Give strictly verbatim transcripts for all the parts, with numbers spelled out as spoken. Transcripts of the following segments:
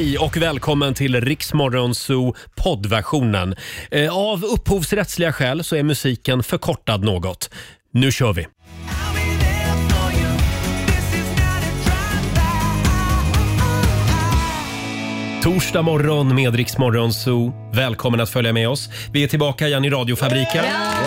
Hej och välkommen till Rix Morgon Zoo poddversionen. Av upphovsrättsliga skäl så är musiken förkortad något. Nu kör vi! Torsdag morgon med Rix Morgon Zoo. Välkommen att följa med oss. Vi är tillbaka igen i radiofabriken.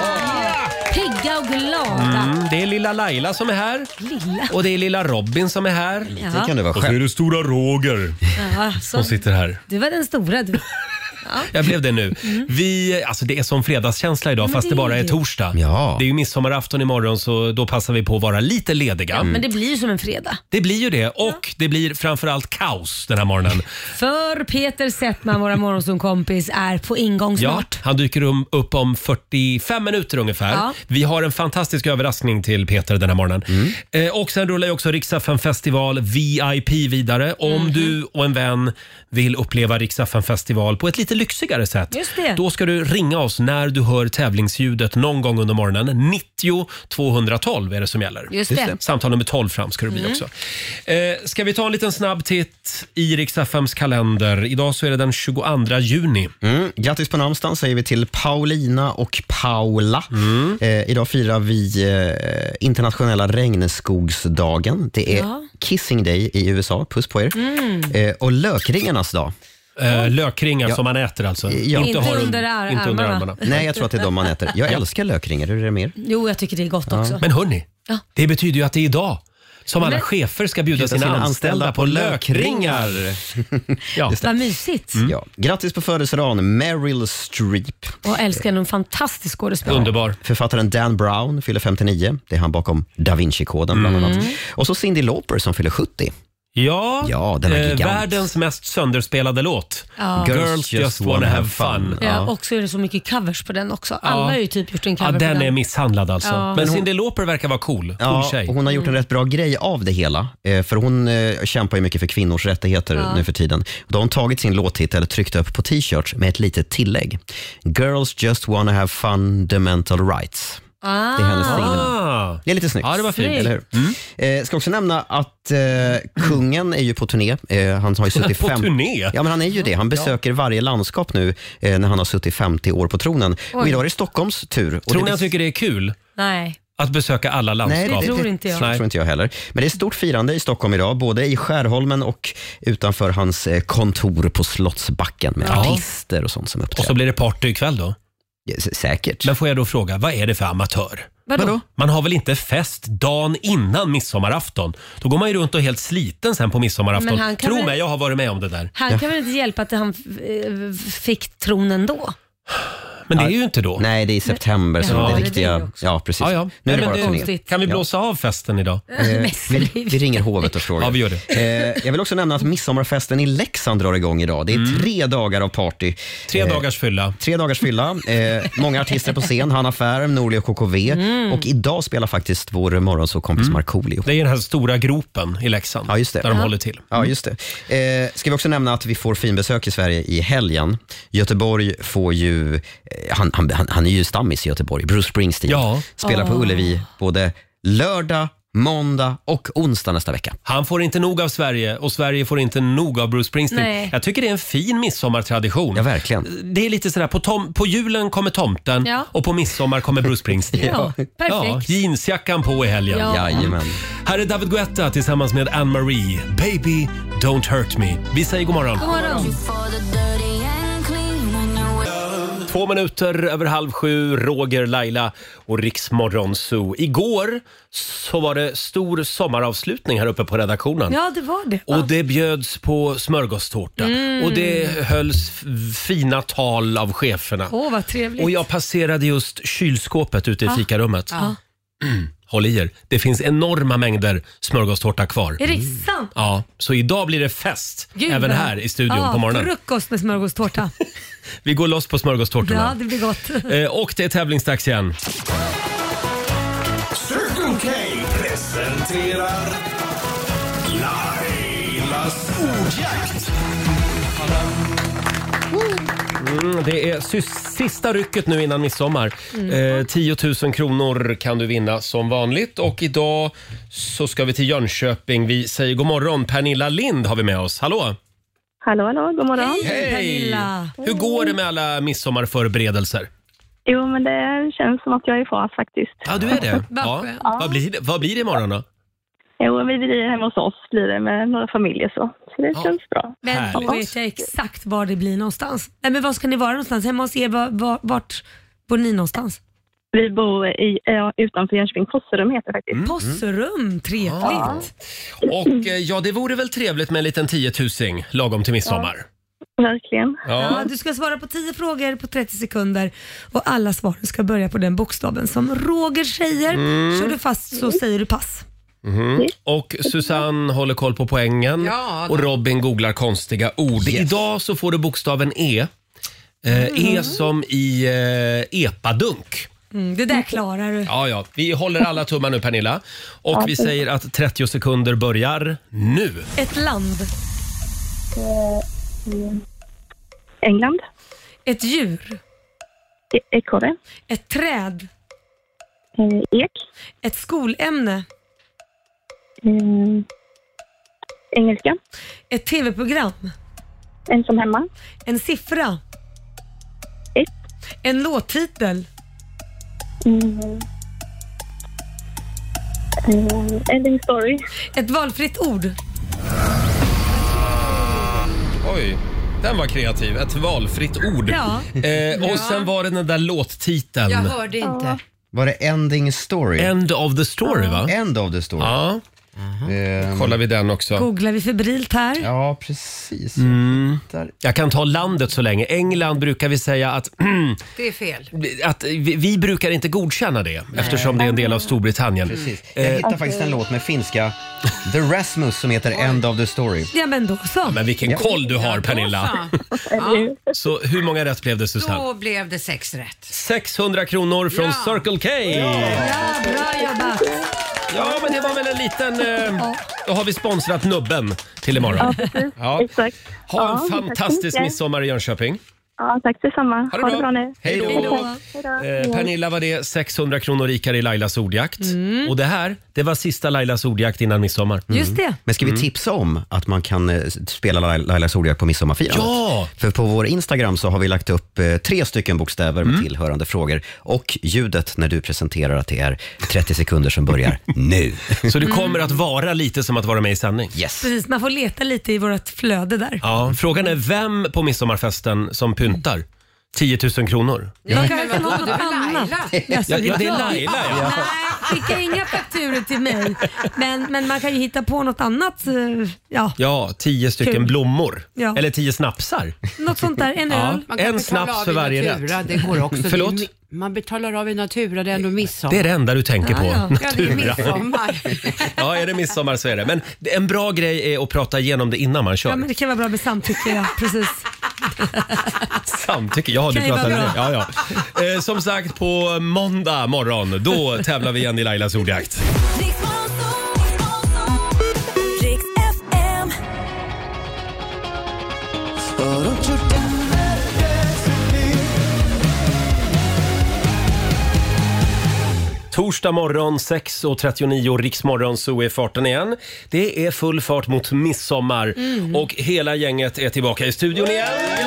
Pigga och glada. Mm, det är lilla Laila som är här. Lilla. Och det är lilla Robin som är här. Ja. Kan det vara Och så är det stora Roger Ja, som sitter här. Du var den stora du. Ja. Jag blev det nu. Vi, alltså det är som fredagskänsla idag, men fast det, det bara är är- torsdag. Ja. Det är ju midsommarafton imorgon, så då passar vi på att vara lite lediga. Men det blir ju som en fredag. Det blir ju det, och det blir framförallt kaos den här morgonen. För Peter Settman, våra morgonsonkompis, är på ingång Ja, snart. han dyker um, upp om fyrtiofem minuter ungefär. Ja. Vi har en fantastisk överraskning till Peter den här morgonen. Eh, och sen rullar ju också Rix F M festival V I P vidare. Om du och en vän vill uppleva Rix F M festival på ett lite lyxigare sätt, Just det. då ska du ringa oss när du hör tävlingsljudet någon gång under morgonen. nittio tvåhundratolv är det som gäller. Just det. Samtal nummer tolv fram ska det bli också. Eh, ska vi ta en liten snabb titt i Rix F M:s kalender? Idag så är det den tjugoandra juni. Mm. Grattis på namnsdagen säger vi till Paulina och Paula. Mm. Eh, idag firar vi eh, internationella regnskogsdagen. Det är Ja. Kissing Day i U S A. Puss på er. Eh, och lökringarnas dag. Eh, lökringar som man äter alltså. Ja. Inte har- under ar- inte under armarna. armarna. Nej, jag tror att det är de man äter. Jag älskar lökringar. Hur är det mer? Jo, jag tycker det är gott också. Men hörni, Ja. det betyder ju att det är idag som alla Men- chefer ska bjuda Bjuda sina, sina anställda, anställda på på lökringar. Ja. Vad mysigt. Ja. Grattis på födelsedagen Meryl Streep. Och älskar en fantastisk skådespelare. Underbar. Författaren Dan Brown fyller femtionio. Det är han bakom Da Vinci-koden bland annat. Och så Cyndi Lauper som fyller sjuttio. Ja, Ja, den är eh, gigant. världens mest sönderspelade låt. Ja. Girls just wanna have fun. Ja, Ja. och så är det så mycket covers på den också. Alla Ja. har ju typ gjort en Ja, cover på den den. är misshandlad alltså. Ja. Men Cyndi Lauper verkar vara cool. Cool Ja, tjej. och hon har gjort en rätt bra grej av det hela. Eh, för hon eh, kämpar ju mycket för kvinnors rättigheter Ja. nu för tiden. Då har hon tagit sin låttitel och tryckt upp på t-shirts med ett litet tillägg. Girls just wanna have fundamental rights. Ah. Det är hennes signum. Ah. Det är lite snyggt. Ja, det var fint. Eller hur? Eh, ska också nämna att eh, kungen är ju på turné. Eh, han har ju suttit På fem... turné? Ja, men han är ju det. Han besöker varje landskap nu eh, när han har suttit femtio år på tronen. Och Oj. idag är det Stockholms tur. Och Tror det ni blir- han tycker det är kul Nej. att besöka alla landskap? Nej, det, det, tror det, inte jag. det tror inte jag heller. Men det är stort firande i Stockholm idag, både i Skärholmen och utanför hans eh, kontor på Slottsbacken med Ja. artister och sånt som Och uppträder. så blir det party ikväll då? Ja, s- säkert. Men får jag då fråga, vad är det för amatör? Vadå? Vadå? Man har väl inte fest dagen innan midsommarafton? Då går man ju runt och är helt sliten sen på midsommarafton. Men han kan Tro väl- mig, jag har varit med om det där. Han kan väl inte hjälpa att han eh, fick tronen då? Men det är ju inte då. Nej, det är i september som Ja, det det är riktiga... det också. Ja, precis. Ja, ja. Nu är Nej, det men bara det- turné. konstigt. Kan vi blåsa av festen idag? Eh, Mest vi, liv. vi ringer hovet och frågar. Ja, vi gör det. Eh, jag vill också nämna att midsommarfesten i Leksand drar igång idag. Det är tre dagar av party. Tre Eh, dagars fylla. Tre dagars fylla. Eh, många artister på scen. Hanna Färm, Norli och K K V. Mm. Och idag spelar faktiskt vår morgonsåkompis Markoolio. Det är den här stora gropen i Leksand. Ja, just det. Där de Ja. håller till. Ja, just det. Eh, ska vi också nämna att vi får finbesök i Sverige i helgen. Göteborg får ju... Eh, han, han, han, han är ju stammis i Göteborg. Bruce Springsteen. Ja. Spelar på Åh. Ullevi både lördag, måndag och onsdag nästa vecka. Han får inte nog av Sverige och Sverige får inte nog av Bruce Springsteen. Nej. Jag tycker det är en fin midsommartradition. Ja, verkligen. Det är lite sådär, på, tom, på julen kommer tomten Ja. och på midsommar kommer Bruce Springsteen. Ja, Ja, perfekt. jeansjackan på i helgen. Ja. Jajamän. Här är David Guetta tillsammans med Anne-Marie. Baby, don't hurt me. Vi säger god morgon. God morgon. Två minuter över halv sju, Roger, Laila och Rix Morgon Zoo. Igår så var det stor sommaravslutning här uppe på redaktionen. Ja, det var det. Och det bjöds på smörgåstårta. Mm. Och det hölls f- fina tal av cheferna. Åh, vad trevligt. Och jag passerade just kylskåpet ute i fikarummet. Ja. Håll i er, det finns enorma mängder smörgåstårta kvar. Är det sant? Ja, så idag blir det fest Gud, även vad- här i studion Ja, på morgonen. frukost med smörgåstårta. Vi går loss på smörgåstårtorna. Ja, det blir gott. Eh, och det är tävlingsdags igen. Circle K presenterar Lailas ordjakt. Mm, det är sy- sista rycket nu innan midsommar. Eh, tio tusen kronor kan du vinna som vanligt. Och idag så ska vi till Jönköping. Vi säger god morgon. Pernilla Lind har vi med oss. Hallå! Hallå, hallå, god morgon. Hej! Pernilla. Hur går det med alla midsommarförberedelser? Jo, men det känns som att jag är i fas faktiskt. Ja, du är det. Vad Ja. skönt. Vad, blir det, vad blir det imorgon då? Jo, vi blir hemma hos oss, blir det med några familjer så. Så det Ja. känns bra. Men då Härligt. vet jag exakt var det blir någonstans. Nej, men var ska ni vara någonstans? Hemma hos er, var, var, vart bor ni någonstans? Vi bor i, ja, utanför Jönköping, Kosserum heter det faktiskt. Mm. Posserum, trevligt. Och eh, ja, det vore väl trevligt med en liten tiotusing lagom till midsommar. Verkligen. Ja, Ja. du ska svara på tio frågor på trettio sekunder och alla svaren ska börja på den bokstaven som Roger säger. Mm. Kör du fast så säger du pass. Och Susanne håller koll på poängen Ja, då. och Robin googlar konstiga ord. Idag så får du bokstaven E. Eh, E som i eh, epadunk. Mm, det där klarar du. Ja, ja. Vi håller alla tummar nu, Pernilla. Och vi säger att trettio sekunder börjar nu. Ett land, England. ett djur, E- Ekorre. ett träd, Eh, ek. ett skolämne, Eh, engelska. ett tv-program, Ensam hemma. en siffra, Ett. en låttitel, Mm. Eh, ending story. ett valfritt ord, Oj, den var kreativ. Ett valfritt ord. Ja. Eh, och sen var det den där låttiteln. Jag hörde inte. Var det ending story? End of the story, va? End of the story. Ja, Ehm, kollar vi den också. googlar vi febrilt här. Ja, precis. Mm. Där. Jag kan ta landet så länge. England brukar vi säga att, Det är fel. att vi, vi brukar inte godkänna det eftersom det är en del av Storbritannien. Precis. Jag hittade faktiskt en låt med finska The Rasmus som heter End of the story. Ja, men då så. Men vilken koll du har, Pernilla. Ja, Så hur många rätt blev det, Susanne? då blev det sex rätt. sexhundra kronor från Ja. Circle K. Ja, bra jobbat. Ja, men det var väl en liten... Eh, då har vi sponsrat nubben till imorgon. Ja. Exakt. Ha en Ja, tack så fantastisk mycket. midsommar i Jönköping. Ja, tack detsamma. Ha det Ha det bra. bra nu. Hej då. Hej då. Hej då. Eh, Pernilla var det sexhundra kronor rikare i Lailas ordjakt. Mm. Och det här, det var sista Lailas ordjakt innan midsommar. Just det. Men ska vi tipsa om att man kan eh, spela Laila- Lailas ordjakt på midsommarfirandet? Ja! För på vår Instagram så har vi lagt upp eh, tre stycken bokstäver med tillhörande frågor och ljudet när du presenterar att det är trettio sekunder som börjar nu. Så det kommer att vara lite som att vara med i sändning. Yes. Precis, man får leta lite i vårt flöde där. Ja, frågan är vem på midsommarfesten som pyntar? tio tusen kronor. Man kan men kan ha vadå, något det är väl annat. Laila? Alltså, Ja, ja, det är jag. Laila, ja. Nej, skicka inga fakturor till mig. Men, men man kan ju hitta på något annat. eh, Ja, Ja, tio stycken Kul. blommor. Ja. Eller tio snapsar. något sånt där. En Ja. öl. Man kan En betala snaps av för i varje natura, rätt. Det går också. Förlåt? Det är mi- Man betalar av i natura, det är ändå midsommar. Det är det enda du tänker på. Ja, ja. Ja, det är Natura. midsommar. Ja, är det midsommar så är det. Men en bra grej är att prata igenom det innan man kör. Ja, men det kan vara bra med samtycke, ja. Precis. Samtycke, ja du Kan ju pratar vara det. Ja, ja. Eh, som sagt, på måndag morgon, då tävlar vi igen i Lailas ordjakt. Riks F M. Torsdag morgon sex och trettionio, Riksmorgon, så är farten igen. Det är full fart mot midsommar och hela gänget är tillbaka i studion igen.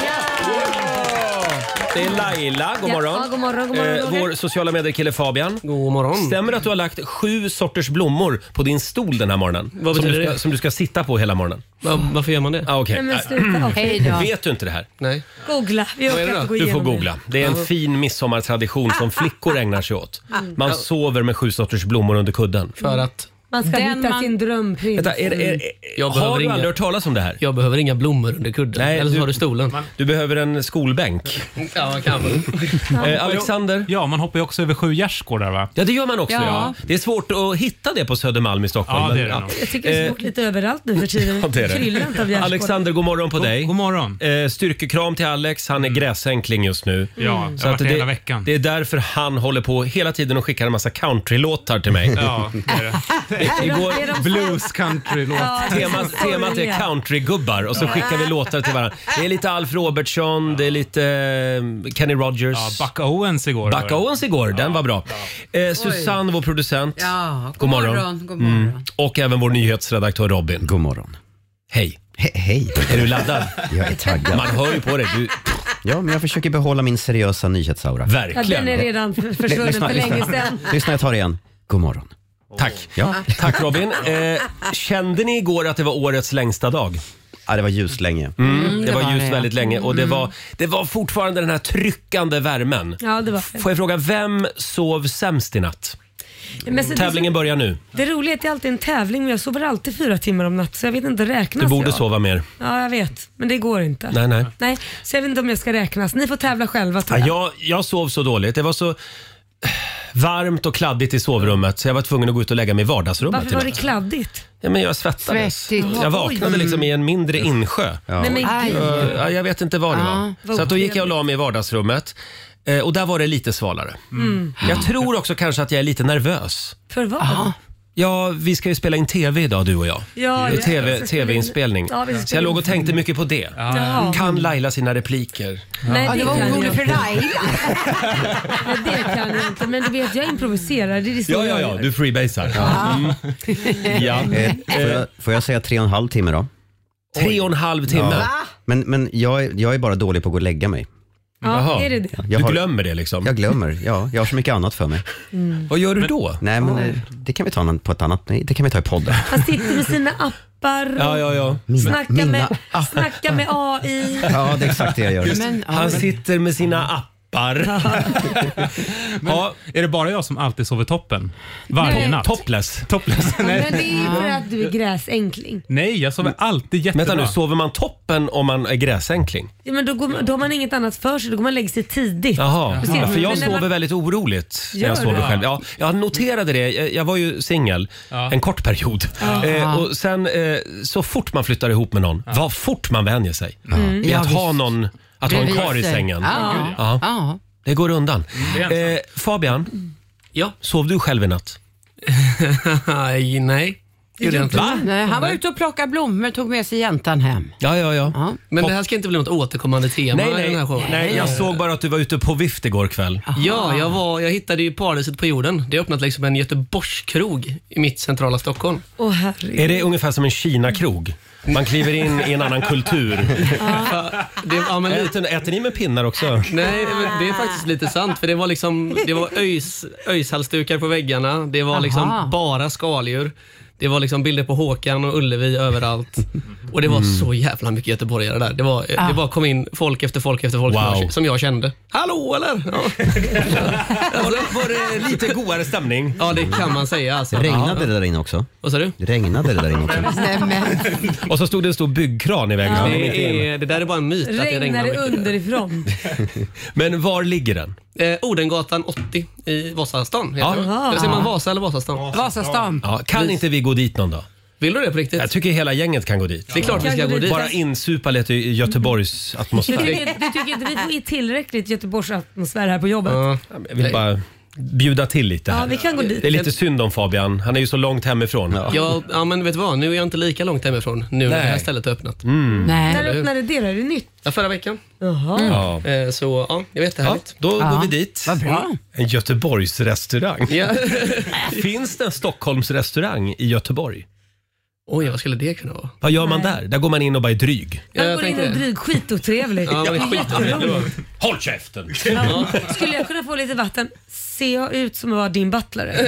Det är Laila, god Ja, morgon. ja, god morgon, god morgon, eh, Roger. vår sociala medier-kille Fabian. God morgon. Stämmer det att du har lagt sju sorters blommor på din stol den här morgonen? Vad som, du betyder ska, det? som du ska sitta på hela morgonen? Va, varför gör man det? Ah, okay. Nej, men sluta. Okej. Hej då. Vet du inte det här? Nej. Googla. Vi Vad är orkar det inte då? gå Du får igenom det. googla. Det är en fin midsommartradition som flickor ägnar sig åt. Man sover med sju sorters blommor under kudden. För att Man ska Den hitta man- sin drömprins. Vänta, är, är, är, Jag har behöver du inga- aldrig hört talas om det här? jag behöver inga blommor under kudden. Nej, Eller så du- har du stolen. Du behöver en skolbänk. Ja, kanske. Eh, Alexander? Ja, man hoppar ju också över sju gärdsgårdar va? Ja, det gör man också. Ja. Ja. Det är svårt att hitta det på Södermalm i Stockholm. Ja, det är men, det nog. Jag tycker det är svårt lite överallt nu för tiden. Ja, det är det. Kryllar inte av gärdsgårdar. Alexander, god morgon på dig. God morgon. Eh, styrkekram till Alex. Han är gräsänkling just nu. Ja, jag har Så att varit det det, hela veckan. det är därför han håller på hela tiden och skickar en massa countrylåtar till mig. Ja, det är det. Igår, Det är de- Blues country-låt. Ja, det är temat, så temat är sorgliga. countrygubbar och så skickar vi låtar till varandra. Det är lite Alf Robertson, det är lite eh, Kenny Rogers. Ja, Buck Owens igår. Buck Owens igår, den var bra. Eh, Susanne, vår producent. Ja, god, God morgon. morgon. God morgon. Och även vår nyhetsredaktör Robin. God morgon. Hej. He- hej. Är du laddad? Jag är taggad. Man hör ju på dig. Du... Ja, men jag försöker behålla min seriösa nyhetsaura. Ja, Verkligen. den är redan för- försvunnen Lyssna, för länge lyssna. sedan. Lyssna, jag tar det igen. God morgon. Tack. Ja. Tack Robin. Eh, kände ni igår att det var årets längsta dag? Ja, det var ljust länge. Mm, det var var ljust det, ja. väldigt länge och det var, det var fortfarande den här tryckande värmen. Ja, det var Får jag fråga, vem sov sämst i natt? Men så, Tävlingen börjar nu. Det roliga är att det är alltid en tävling, men jag sover alltid fyra timmar om natt, så jag vet inte, räknas Du borde jag? sova mer. Ja, jag vet. Men det går inte. Nej, nej. Nej, så jag vet inte om jag ska räknas. Ni får tävla själva, tror Ja, jag. jag, jag sov så dåligt. Det var så varmt och kladdigt i sovrummet så jag var tvungen att gå ut och lägga mig i vardagsrummet. Varför var det kladdigt? Ja, men jag svettades. Svettigt. Jag vaknade liksom i en mindre insjö. Nej, men Aj. gud. Ja, jag vet inte vad det var. vad Så att då gick jag och otrevligt. la mig i vardagsrummet. Eh, Och där var det lite svalare. Jag tror också kanske att jag är lite nervös. För vad? Ja, vi ska ju spela in tv idag du och jag. Ja, Det är ja. TV, Vi ska spela in- tv-inspelning. Ja, vi ska Så spela jag låg in. och tänkte mycket på det. Jaha. Kan Laila sina repliker? Nej, Ja, det det var kan jag orolig inte. för Laila. Nej, det kan jag inte. Men du vet, jag improviserar. Det är det så Ja, ja, jag ja, gör. du freebasar. Mm. Ja. Eh, får, jag, får jag säga tre och en halv timme då? Tre och en halv timme. Men, men jag, är, jag är bara dålig på att gå och lägga mig. Jaha. Ja, är det det? Jag, Du har, glömmer det liksom. jag glömmer, ja. Jag har så mycket annat för mig. Vad gör du då? Nej, men eh, det kan vi ta en- på ett annat, nej, det kan vi ta i podden. Han sitter med sina appar och Ja, ja, ja. snackar, mina med, snackar med A I. Ja, det är exakt det jag gör. Men, ja, Han sitter med sina appar. Ja, Är det bara jag som alltid sover toppen? Varje Nej. natt? topless. Topless? Men Nej. det är ju för att du är gräsänkling. Nej, jag sover alltid jättebra. Vänta nu, sover man toppen om man är gräsänkling? Ja, men då, går, man- då har man inget annat för sig. Då går man och lägger sig tidigt. Jaha, Precis. ja, för jag Men när sover man- väldigt oroligt när Gör jag sover du? själv. Ja, jag noterade det. Jag, jag var ju singel Ja. en kort period. Eh, och sen eh, så fort man flyttar ihop med någon, vad fort man vänjer sig vid Ja, att ha visst. någon att ha en Bredvid kar i sig. sängen. Ja. Ja, Ja. det går undan. det är Eh, Fabian, Ja. sov du själv i natt? Nej, nej. Gjorde jag inte. Va? Nej, han var ute och plockade blommor och tog med sig jäntan hem. Ja, ja, ja. Ja. Men det här ska inte bli något återkommande tema Nej, i den här nej, showen. nej, jag såg bara att du var ute på vift igår kväll. Ja, jag, var, jag hittade ju paradiset på jorden. Det har öppnat liksom en Göteborgskrog i mitt centrala Stockholm. Åh herregud. Är det ungefär som en Kina-krog? Man kliver in i en annan kultur. Det, ja, men lite, Äter, äter ni med pinnar också? nej, men det är faktiskt lite sant. För det var liksom det var öjs, öjshalsdukar på väggarna. Det var liksom Aha. bara skaldjur. Det var liksom bilder på Håkan och Ullevi överallt. Och det var så jävla mycket göteborgare där. Det, var, det bara kom in folk efter folk efter folk Wow. som jag kände. Hallå eller? Ja. Var det, var det lite godare stämning? Ja, det kan man säga. Alltså. Regnade det där inne också? Vad sa du? Regnade det där inne också? Nej, men. Och så stod det en stor byggkran i vägen. Det, är, det där är bara en myt att det Regnar regnar det mycket. underifrån? Men var ligger den? Eh, Odengatan åttio i Vasastan. Ja. Ja. Ser man Vasa eller Vasastan? Vasastan. Ja, kan inte vi gå dit någon dag? Vill du det på riktigt? Jag tycker hela gänget kan gå dit. Det är klart vi ska Kan gå du dit. Bara insupa lite i Göteborgs Du atmosfär. tycker, du tycker inte vi får i tillräckligt Göteborgsatmosfär här på jobbet? Ja. Jag vill bara bjuda till lite Ja, här. vi kan gå dit. Det är lite synd om Fabian. Han är ju så långt hemifrån. Ja, ja, men vet du vad? Nu är jag inte lika långt hemifrån nu när det här stället är öppnat. Nej. När öppnade det då? Är det nytt? Ja, förra veckan. Jaha. Ja. Eh, så ja, jag vet det Ja, härligt. då Ja. går vi dit. Vad bra. En Göteborgsrestaurang. Ja. Finns det en Stockholmsrestaurang i Göteborg? Oj, vad skulle det kunna vara? Vad gör man där? Där går man in och bara är dryg. Ja, Jag jag går in tänkte och det. dryg, skitotrevligt. Ja, men skit i det. Håll käften! Ja. Skulle jag kunna få lite vatten? Ser jag ut som att vara din butlare?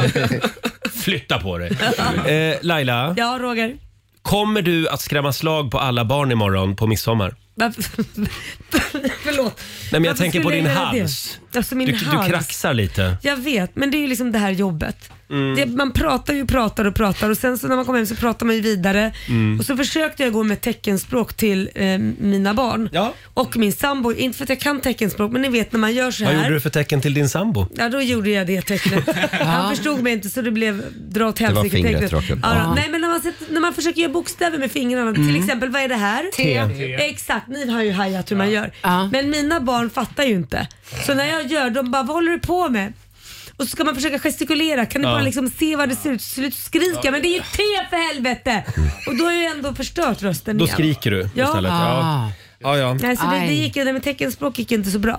Flytta på dig. Eh, Laila, Ja, Roger. kommer du att skrämma slag på alla barn imorgon på midsommar? Varför? Förlåt. Nej, men jag Varför tänker på skulle din jag göra det? hals. Alltså min Du, hals. du kraxar lite. Jag vet, men det är ju liksom det här jobbet. Mm. Det, man pratar ju pratar och pratar och sen så när man kommer hem så pratar man ju vidare. Mm. Och så försökte jag gå med teckenspråk till eh, mina barn Ja. och min sambo. Inte för att jag kan teckenspråk, men ni vet när man gör så Vad gjorde här. du för tecken till din sambo? Ja, då gjorde jag det tecknet. Han förstod mig inte så det blev dra åt helsike fingret, tecknet. Roger. Ja, Ja. Nej, men när man, sätter, när man försöker göra bokstäver med fingrarna, till exempel vad är det här? T. Exakt, ni har ju hajat hur man gör. Ja. Men mina barn fattar ju inte. Så när jag gör, de bara, vad håller du på med? Och så ska man försöka gestikulera, kan du Ja. bara liksom se vad det ser ut? Slut skrika, men det är ju te för helvete! Och då har jag ju ändå förstört rösten Då igen. skriker du Ja. istället. Ja. Ah. Ja, ja. Nej, så det, det Aj. gick, det med teckenspråk gick inte så bra.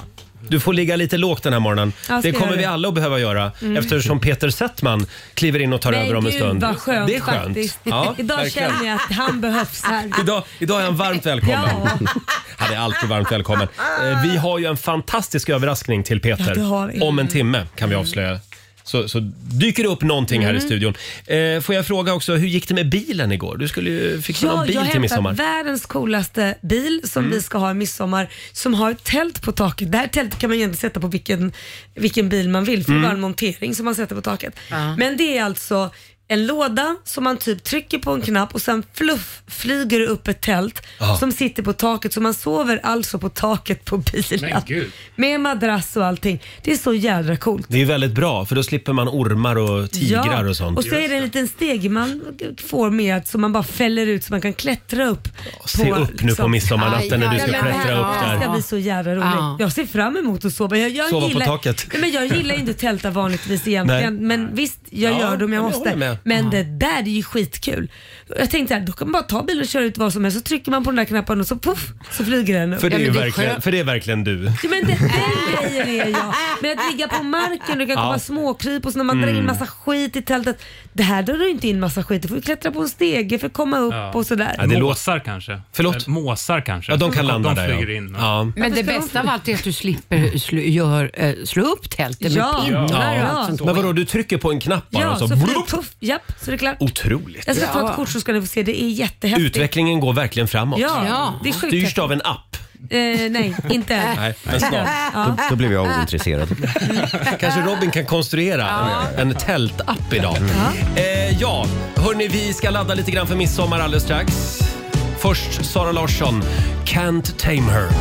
du får ligga lite lågt den här morgonen. Ja, det kommer jag vi det. alla att behöva göra Mm. eftersom Peter Settman kliver in och tar Men över om en gud, stund. vad skönt, det är skönt. faktiskt. Ja, Idag verkligen. känner jag att han behövs här. Idag, idag är han varmt välkommen. Ja. Han är alltid varmt välkommen. Eh, vi har ju en fantastisk överraskning till Peter. Ja, det har vi. Om en timme kan vi avslöja. Så, så dyker det upp någonting här i Mm. studion. Eh, får jag fråga också, hur gick det med bilen igår? Du skulle ju fixa någon bil jag till midsommar. hämtat världens coolaste bil som Mm. vi ska ha i midsommar som har ett tält på taket. Det här tältet kan man egentligen sätta på vilken, vilken bil man vill för Mm. det är bara en montering som man sätter på taket. Men det är alltså en låda som man typ trycker på en knapp och sen fluff flyger det upp ett tält Ja. som sitter på taket så man sover alltså på taket på bilen. Men gud. Med madrass och allting. Det är så jävla coolt. Det är väldigt bra för då slipper man ormar och tigrar och sånt. Och så är det en liten steg man får med så man bara fäller ut så man kan klättra upp. Se upp nu på midsommarnatten när du ska Ja, men det klättra här- upp Det ska där. bli så jävla roligt. Ja. Jag ser fram emot att sova. Jag, jag Sova på gillar, taket. Nej, men jag gillar inte tälta vanligtvis egentligen. Nej. Men visst, jag Ja, gör det om jag men jag håller måste. med. Men det där är ju skitkul. Jag tänkte här, då kan man bara ta bilen och köra ut vad som helst. Så trycker man på den där knappen och så puff, så flyger den upp. För det, är Ja, ju men är verkligen, skönt. för det är verkligen du. Ja, men det, den grejen är jag. Men att ligga på marken, det kan Ja. komma småkryp och så när man drar in Mm. massa skit i tältet. Det här drar du inte in massa skit. Du får ju klättra på en stege för att komma upp Ja. och sådär. Ja, det måsar kanske. Förlåt? Måsar kanske. Ja, de kan landa de där, flyger ja. in. Ja. Men det bästa av allt är att du slipper slå, gör, äh, slå upp tältet Ja. med pinnar Ja. och allt sånt. Men vadå, du trycker på en knapp bara Ja, och så så... får Blup. du puff. Japp, så är det klart. Otroligt. Jag ska ta Ja. ett kort så ska ni få se. Det är jättehäftigt. Utvecklingen går verkligen framåt. Ja, Ja. det är sjukt. Styrs det av en app? Eh, nej, inte än. Nej, men snart. Ja. Då, då blev jag ointresserad. Kanske Robin kan konstruera en, en tältapp idag. Eh, ja, hörni, vi ska ladda lite grann för midsommar alldeles strax. Först Sara Larsson, Can't Tame Her.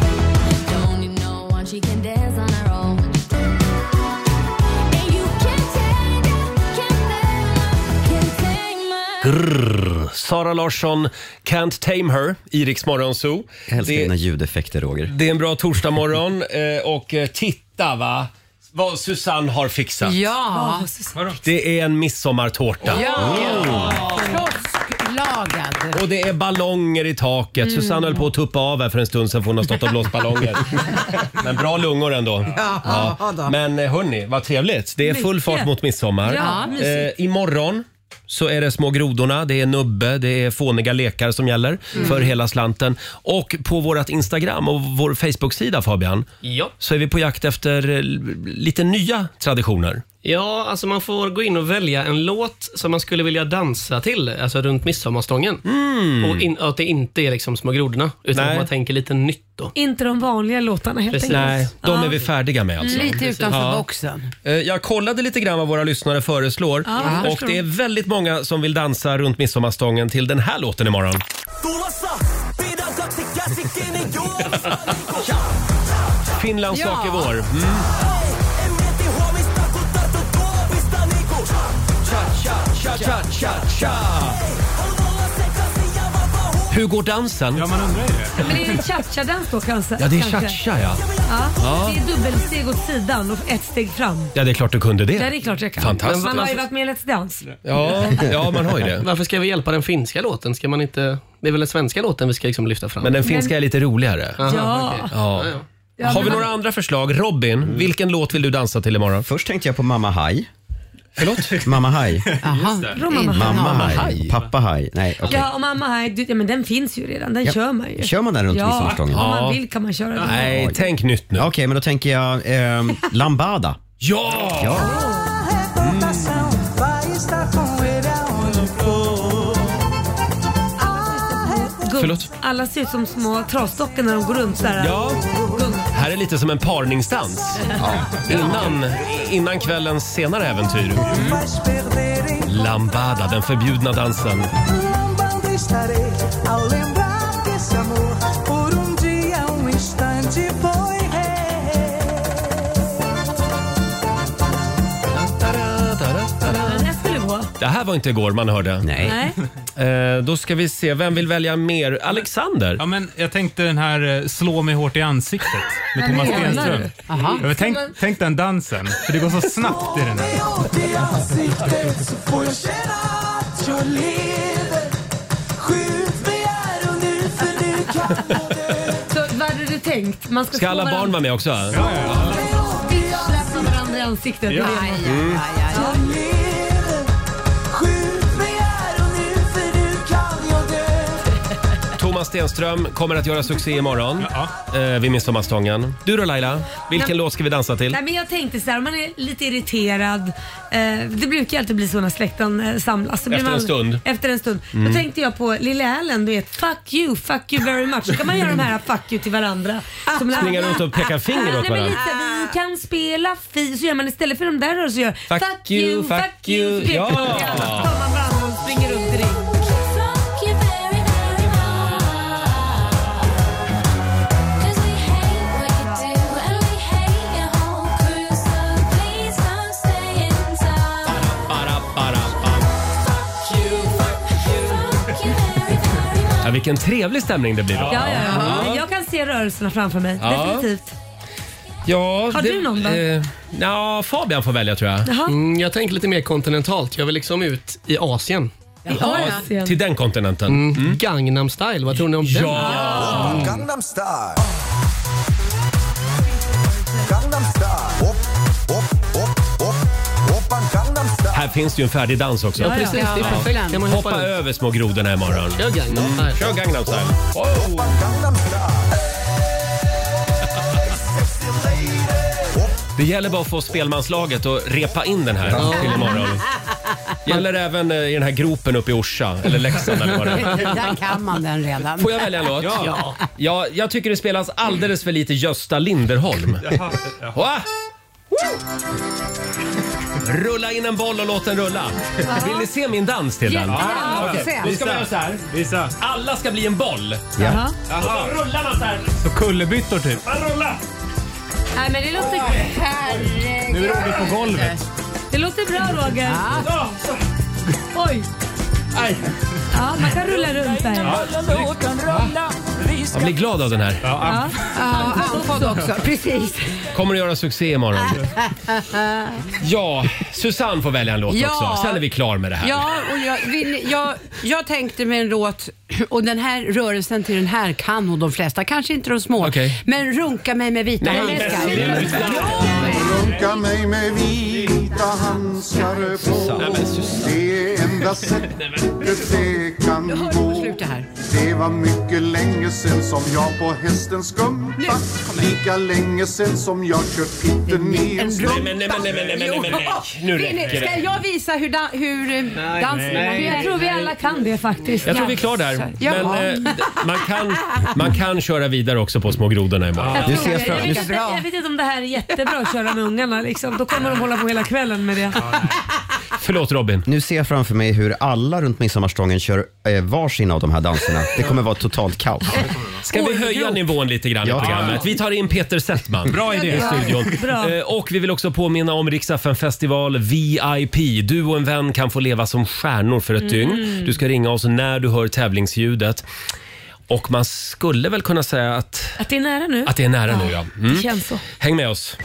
Grrr. Sara Larsson, Can't Tame Her, i Rix Morgon Zoo. Jag älskar Det- dina ljudeffekter, Roger. Det är en bra torsdagmorgon eh, och eh, titta va, vad Susanne har fixat. Ja. Det är en midsommartårta. Ja. Mm. Frosklagad. Och det är ballonger i taket. Mm. Susanne höll på att tuppa av här för en stund sedan för hon har stått och blåst ballonger. Men bra lungor ändå. Ja, då. Men eh, hörni, vad trevligt. Det är full Mycket. fart mot midsommar. Ja, mysigt. eh, imorgon så är det Små grodorna, det är nubbe, det är fåniga lekar som gäller Mm. för hela slanten. Och på vårt Instagram och vår Facebook-sida, Fabian, Ja. så är vi på jakt efter eh, lite nya traditioner. Ja, alltså man får gå in och välja en låt som man skulle vilja dansa till, alltså runt midsommarstången. Och, in, och att det inte är liksom Små grodorna, utan Nej. att man tänker lite nytt då. Inte de vanliga låtarna helt Precis. enkelt. Nej, de Ja. är vi färdiga med alltså. Lite utanför Ja. boxen. Eh, Jag kollade lite grann vad våra lyssnare föreslår Ja, jag och förstår. det är väldigt många som vill dansa runt midsommarstången till den här låten imorgon. Finlands Ja. sak är vår. Mm. Hur går dansen? Ja, man undrar ju det. Men är det cha-cha-dans då kanske? Ja, det är Kanske. cha-cha ja. Ja. Det är dubbelsteg åt sidan och ett steg fram. Ja, det är klart du kunde det. Ja, det är klart jag kan. Fantastiskt. Man har ju varit med i Let's Dance. Ja, ja, man har ju det. Varför ska vi hjälpa den finska låten? Ska man inte... Det är väl den svenska låten vi ska liksom lyfta fram? Men den finska är lite roligare. Aha, Ja. okej. Ja. Ja, ja. Ja, Har vi men- några andra förslag? Robin, vilken låt vill du dansa till imorgon? Först tänkte jag på Mamma Haj. Förlåt? Mamma Haj. Jaha. Vadå, mamma? Mamma Haj. Haj. Pappa Haj. Nej, okej. Ja, och mamma här, du, ja, men den finns ju redan. Den Ja. kör man ju. Kör man den runt Ja, midsommarstången? om Ja. man vill kan man köra den. Nej, tänk nytt nu. Okej, men då tänker jag eh, Lambada. Ja! Ja. Gung. Förlåt? Alla ser ut som små trasdockor när de går runt så här. Ja. Gung. Här är lite som en parningsdans. Innan, innan kvällens senare äventyr. Lambada, den förbjudna dansen. Den här skulle gå. Det här var inte igår man hörde. Nej. Nej. Eh, då ska vi se, vem vill välja mer? Alexander? Ja, men jag tänkte den här eh, Slå mig hårt i ansiktet med Vad Thomas menar Stenström. du? Aha. Ja, men tänk, tänk den dansen, för det går så snabbt i den här. Så vad är det du tänkt. Man ska, Ska alla barn vara med också? Ja, ja, ja. Släppa varandra i ansiktet. Ja. Det är det. Mm. Ja, ja, ja. Thomas Stenström kommer att göra succé imorgon ja. eh, vid midsommarstången. Du då Laila, vilken Nej. låt ska vi dansa till? Nej, men jag tänkte så här, om man är lite irriterad, eh, det brukar alltid bli så när släkten eh, samlas. Så blir Efter man, en stund. Efter en stund. Mm. Då tänkte jag på Lille Allen, du vet, fuck you, fuck you very much. Så kan man göra de här fuck you till varandra. Som Springa runt och peka finger åt Nej, men varandra. lite, vi kan spela fi, så gör man istället för de där rörelserna så gör Fuck, fuck you, fuck, fuck you, you. Ja. Så tar man varandra och springer runt i ring. Ja, vilken trevlig stämning det blir då. Ja, ja, ja. Jag kan se rörelserna framför mig, Ja. definitivt. Ja, Har det, du någon då? Eh, ja, Fabian får välja tror jag. Mm, jag tänker lite mer kontinentalt. Jag vill liksom ut i Asien. Ja, Asien. till den kontinenten. Mm. Mm. Gangnam style, vad tror ni om den? Ja! Mm. Gangnam style. Gangnam style. Op, op, op, op. Oppan Gangnam style. Här finns det ju en färdig dans också. Ja, precis. Det är perfekt. Kan man hoppa Hoppa ut? över små grodorna imorgon. Kör Gangnam style. Kör Gangnam style. Oh. Oppan Gangnam style. Det gäller bara att få spelmanslaget och repa in den här Ja. till imorgon. Gäller även eh, i den här gropen uppe i Orsa eller Leksand eller vad det är. Där kan man den redan. Får jag välja en låt? Ja. Ja, jag tycker det spelas alldeles för lite Gösta Linderholm. Va? Rulla in en boll och låt den rulla. Vill ni se min dans till den? Jättegärna. Okej, Se. då ska vi göra så här. Visa. Alla ska bli en boll. Jaha. Och så rullar man så här. Så kullerbyttor typ. Man rullar. Nej, men det låter, Nu är Roger på golvet. det låter bra, Roger. Ja. Oj. Aj. Ja, man kan rulla runt där. Jag blir glad av den här. Ja. Ja, andfådd också. Precis. Kommer att göra succé imorgon. Ja, Susanne får välja en låt Ja. också. Sen är vi klar med det här. Ja, och jag, vill, jag, jag tänkte med en låt, och den här rörelsen till den här kan nog de flesta, kanske inte de små. Okej. Men runka mig med vita Nej, handskar. men sluta. Runka mig med vita handskar på. Nej, men Susanne. Det enda sättet det kan Jag hör på gå. slutet här. Det var mycket länge sen som jag på hästen skumpa. Lika länge sen som jag kört pitten i en Nej, slump. men nej, men nej, men nej, men nej, men nej. Nu Vill ni- räcker Ska det. jag visa hur, da, hur eh, dansen... nej. Jag tror vi alla kan det faktiskt. Jag tror vi är klara där. Ja. Men eh, man, kan, man kan köra vidare också på små grodorna imorgon. Jag, Nu tror ser jag det. fram- jag, nu- vet, jag vet inte om det här är jättebra att köra med ungarna. Liksom. Då kommer de hålla på hela kvällen med det. Förlåt Robin. Nu ser jag framför mig hur alla runt midsommarstången kör eh, varsin av de här danserna. Det kommer vara totalt kaos. Ska vi höja nivån lite grann i Ja. programmet? Vi tar in Peter Settman. Bra idé. I studion. Bra. Eh, Och vi vill också påminna om Rix F M festival V I P. Du och en vän kan få leva som stjärnor för ett dygn. Du ska ringa oss när du hör tävlingsljudet. Och man skulle väl kunna säga att, Att det är nära nu. att det är nära nu. Ja. Mm. Det känns så. Häng med oss.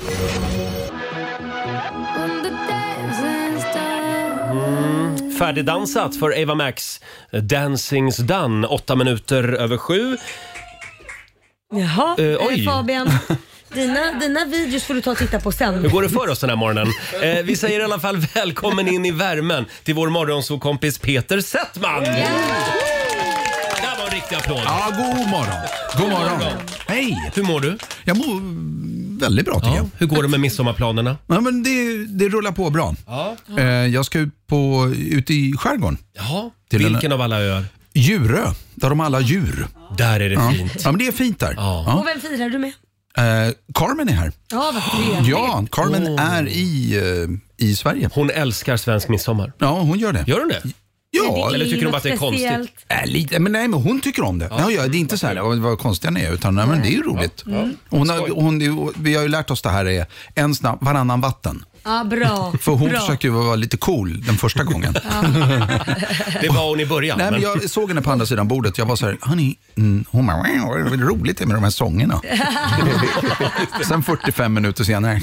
Mm. Färdigdansat för Ava Max. Dancing's done. Åtta minuter över sju. Jaha, Eh, eh, oj. Fabian. Dina, dina videos får du ta och titta på sen. Hur går det för oss den här morgonen? Eh, vi säger i alla fall välkommen in i värmen till vår morgonsåkompis Peter Settman. Där var en riktig applåd. Ja, god morgon. God morgon. Hej. Hur mår du? Jag mår väldigt bra tycker Ja. jag. Hur går det med midsommarplanerna? Ja, men det, det rullar på bra. Ja. Eh, jag ska ut, på, ut i skärgården. Jaha. Till Vilken av alla öar? Djurö, där de har alla djur. Där är det Ja. fint. Ja, men det är fint där. Ja. Och vem firar du med? Eh, Carmen är här. Ja, vad trevligt. Ja, Carmen Oh. är i, eh, i Sverige. Hon älskar svensk midsommar. Ja, hon gör det. Gör hon det? Ja, Eller tycker de att det är Speciellt. konstigt? Äh, lite, men nej, men hon tycker om det. Ja. Ja, det är inte så här, vad konstiga ni är, utan nej, men det är ju roligt. Hon har, hon, vi har ju lärt oss det här är en snabb, varannan vatten. Ja, bra. För hon bra. försökte ju vara lite cool den första gången. Det var hon i början. Nej, men men- jag såg henne på andra sidan bordet. Jag var så här, honey, mm. Hon bara, "Wow, det är väl roligt det med de här sångerna." Sen fyrtiofem minuter senare.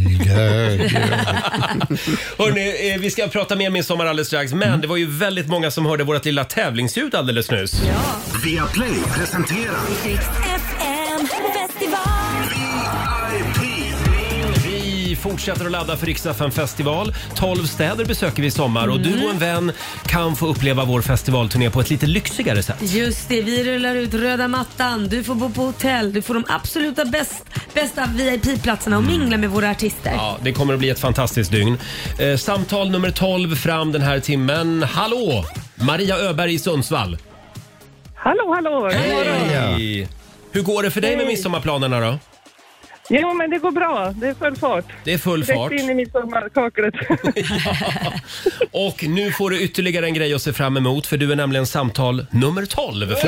Hörrni, eh, vi ska prata mer midsommar alldeles strax, men det var ju väldigt många som hörde vårt lilla tävlingsljud alldeles nyss. Via Play presenterar Rix F M festival. fortsätter att ladda för Rix F M festival. tolv städer besöker vi i sommar och du och en vän kan få uppleva vår festivalturné på ett lite lyxigare sätt. Just det, vi rullar ut röda mattan, du får bo på hotell, du får de absoluta bäst, bästa V I P-platserna och mingla med våra artister. Ja, det kommer att bli ett fantastiskt dygn. Eh, samtal nummer tolv fram den här timmen. Hallå! Maria Öberg i Sundsvall. Hallå, hallå. Hej! Hur går det för dig med midsommarplanerna då? Jo, men det går bra. Det är full fart. Det är full fart. Rätt in i midsommarkaklet. Ja. Och nu får du ytterligare en grej att se fram emot, för du är nämligen samtal nummer tolv. Wow,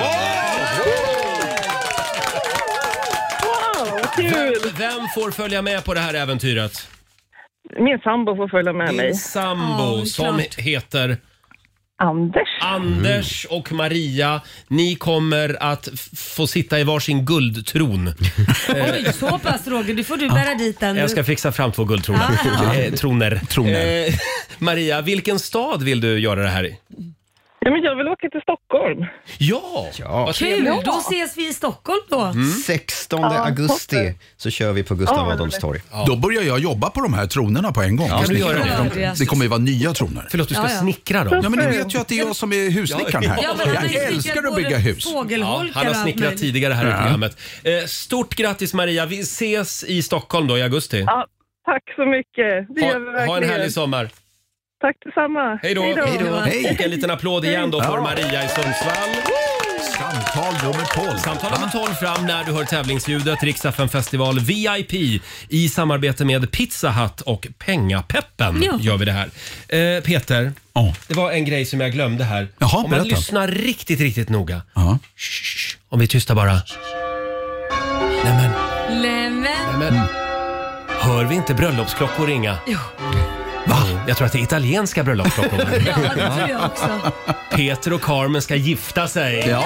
vad kul! Vem, vem får följa med på det här äventyret? Min sambo får följa med Din mig. Din sambo oh, som klart. heter... Anders. Anders och Maria, ni kommer att f- få sitta i varsin guldtron. Oj, så pass Roger, du får du bära dit den. Jag ska fixa fram två guldtroner. Ja. Eh, troner. Troner. Eh, Maria, vilken stad vill du göra det här i? Ja, men jag vill åka till Stockholm. Ja, ja. vad Kul, trevligt. då ses vi i Stockholm då. Mm. sextonde augusti så kör vi på Gustav Ja, Adolfs torg. Ja. Då börjar jag jobba på de här tronerna på en gång. Ja, kan du göra det? De, det kommer ju vara nya troner. Förlåt, du ska Ja, ja. snickra dem. Ja, men ni vet ju att det är jag som är hussnickaren här. Ja, men han har ju Jag älskar snickrat att bygga både hus. Ja, fågelholkar han har och allt snickrat möjligt. tidigare här i Ja. programmet. Eh, stort grattis Maria, vi ses i Stockholm då i augusti. Ja, tack så mycket. Det gör vi Ha, verkligen. ha en härlig sommar. Tack detsamma. Hej då. Hej då. Hej. Och en liten applåd igen då för Ja. Maria i Sundsvall. Samtal nummer tolv. Samtal nummer tolv fram när du hör tävlingsljudet. Rix F M festival V I P i samarbete med Pizza Hut och Pengapeppen Ja. gör vi det här. Eh, Peter, Ja. det var en grej som jag glömde här. Jaha, Om man berätta. lyssnar riktigt, riktigt noga. Ja. Shh, om vi är tysta bara. Nämen, Lämmen. nämen. Hör vi inte bröllopsklockor ringa? Jo. Va? Jag tror att det är italienska bröllopsklockor. Ja, det tror jag också. Peter och Carmen ska gifta sig. Ja.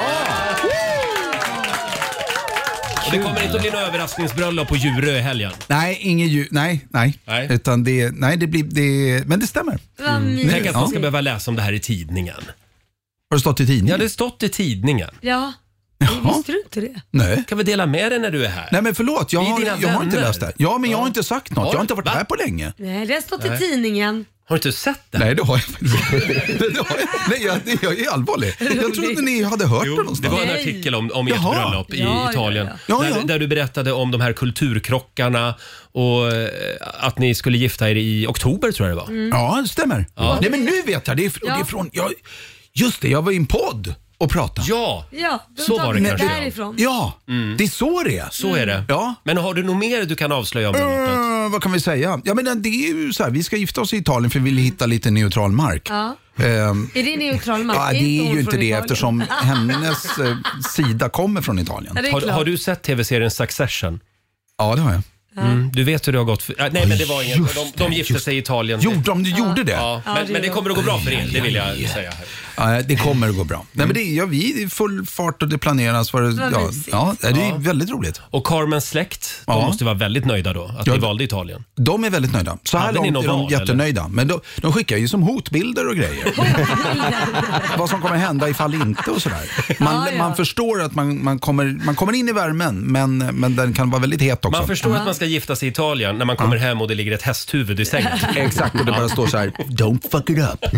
Och det kommer inte att bli någon överraskningsbröllop på Djurö i helgen. Nej, ingen ju, nej, nej, Nej. Utan det, nej, det blir, det, men det stämmer. Vad mysigt. Tänk att man ska Ja. behöva läsa om det här i tidningen. Har det stått i tidningen? Ja, det har stått i tidningen. Ja, Jaha. visste du inte det? Nej. Kan vi dela med dig när du är här? Nej men förlåt, jag Vi är har, dina jag har inte vänner. läst det. Ja, men jag har Ja. inte sagt något. Har Jag har inte varit Va? här på länge. Nej, det har stått Nej. i tidningen. Har du inte sett det? Nej, det har jag det har jag. Nej, jag, det- jag är allvarlig. Jag trodde ni hade hört det Det någonstans. var en Nej. artikel om, om ert Jaha. bröllop i Ja, Italien. ja, ja. Där, Ja, ja. där du berättade om de här kulturkrockarna och eh, att ni skulle gifta er i oktober tror jag det var. Ja, det stämmer. Nej, men nu vet jag. Det är, fr- Ja. det är från... Jag, just det, jag var i en podd och pratade. Ja, Ja, då Så tar var vi det kanske. därifrån. Ja, det är så det är. så är det. Ja. Men har du något mer du kan avslöja om bröllopet? Uh, vad kan vi säga? Ja, men det är ju så här, vi ska gifta oss i Italien för vi vill hitta lite neutral mark. Ja. Ehm, Är det neutral mark? ja, det inte är hon ju inte från det Italien? eftersom hennes eh, sida kommer från Italien. Ja, det är Har, klart. har du sett tv-serien Succession? Ja, det har jag. Mm, du vet hur det har gått för... äh, nej, men det var inget. Just De, det, de gifte just sig i Italien. Jo, de gjorde det. Ja, men, det men det gör kommer att gå bra för er, det vill jag säga. Här. Ja, det kommer att gå bra. Nej, men det är, ja, vi är i full fart och det planeras. För, Vad ja, mysigt. ja, det är väldigt roligt. Och Carmens släkt, de Ja. måste vara väldigt nöjda då, att Ja. ni valde Italien. De är väldigt nöjda. Så här Hade ni långt är någon de val, jättenöjda. Men de, de skickar ju som hotbilder och grejer. Vad som kommer hända ifall inte och sådär. Man, Ja, ja. man förstår att man, man, kommer, man kommer in i värmen, men, men den kan vara väldigt het också. Man förstår att man ska gifta sig i Italien när man kommer hem och det ligger ett hästhuvud i sängen. Exakt, och det bara står så här: don't fuck it up.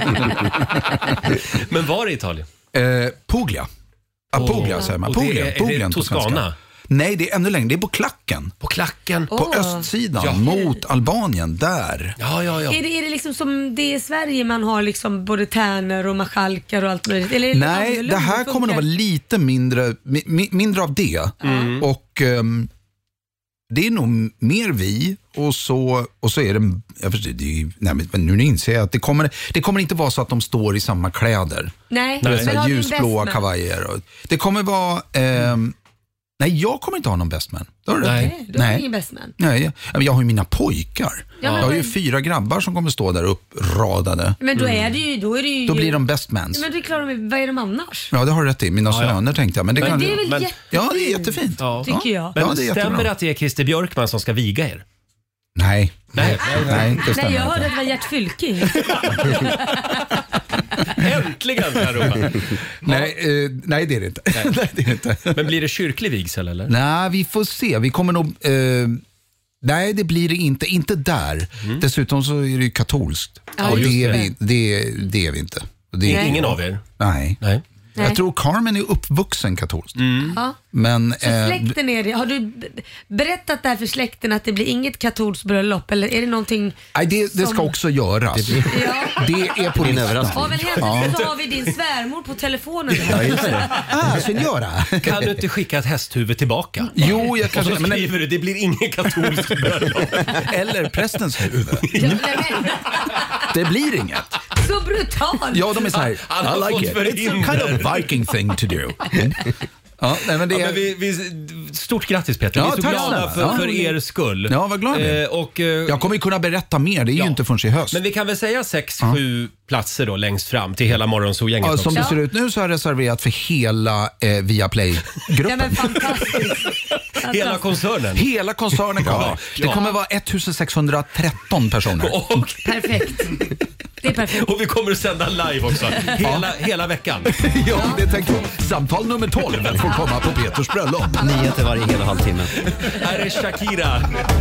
Men var det Italien? Eh, Puglia. Ja, Åh. Puglia säger man. Och det Puglia, är- är det Puglian på Toscana? svenska. Nej, det är ännu längre. Det är på klacken. På klacken? På Åh. östsidan, Ja. mot Albanien, där. Ja, ja, ja. Är det, är det liksom som det är i Sverige man har liksom både tärnor och marskalkar och allt möjligt? Eller är det Nej, annorlunda? det här Hur kommer nog funkar vara lite mindre, mi, mi, mindre av det. Mm. Och ehm, det är nog mer vi och så, och så är det, jag förstår, det är, nej, men nu inser jag att det kommer, det kommer inte vara så att de står i samma kläder. Nej, Det är men så har här du en ljusblåa best man? kavajer. Och, det kommer vara, ehm, nej jag kommer inte ha någon bestman. Det har du rätt i. Nej, du har ingen best man. Nej, jag, men jag har ju mina pojkar. Ja, men jag har ju vad- fyra grabbar som kommer stå där uppradade. Men då är det ju... Då, är det ju Då blir de best mans. Men det är klart, de- vad är de annars? Ja, det har du rätt i. Mina Ja, ja. söner tänkte jag. Men det, Men kan, det är väl Men- jättefint? ja, det är jättefint. Ja. Tycker jag. Men Ja, det är stämmer jättebra. det att det är Christer Björkman som ska viga er? Nej, Nej. nej, det stämmer Nej, jag hörde inte. att det var Gert Fylking. Äntligen kan jag ropa. Nej, eh, nej, det är det inte. Nej. det är det inte. Men blir det kyrklig vigsel eller? Nej, vi får se. Vi kommer nog... Eh, Nej, det blir det inte. Inte där. Mm. Dessutom så är det ju katolskt. Ja, och det är, det. vi, det, det är vi inte. Det är ingen av er? Nej. Nej. Jag tror Carmen är uppvuxen katolskt. Mm. Ja. Men, så släkten är det. Har du b- berättat där för släkten att det blir inget katolskt bröllop? Eller är det någonting? Nej, det, det som... ska också göras. Det, blir... ja. det är på din överraskning. Av en händelse så har vi din svärmor på telefonen. Ja, just det. Ah, senora. Kan du inte skicka ett hästhuvud tillbaka? Jo, jag kanske... Och så skriver men... du, det blir ingen katolsk bröllop. Eller prästens huvud. Det blir inget. Så brutalt. Ja, de är så här, I like it. It's a kind of Viking thing to do. Ja, nej, men det är... ja, men vi, vi, stort grattis Peter, ja, vi är så glada för, ja. för er skull. Ja, vad glad jag eh, och, eh, Jag kommer ju kunna berätta mer, det är ja. ju inte förrän i höst. Men vi kan väl säga sex, ja. sju platser då längst fram till hela Morgonzoo-gänget ja, Som också. det ser ut nu så har jag reserverat för hela eh, Viaplay-gruppen. Ja, men fantastiskt. Hela koncernen. Hela koncernen kommer. Ja. Det kommer vara ettusensexhundratretton personer. Och, perfekt. Det är perfekt. Och vi kommer att sända live också. Hela, hela veckan. Ja, det tänkte jag. Samtal nummer tolv får komma på Peters bröllop. Nyheter varje hel och halvtimme. Här är Shakira.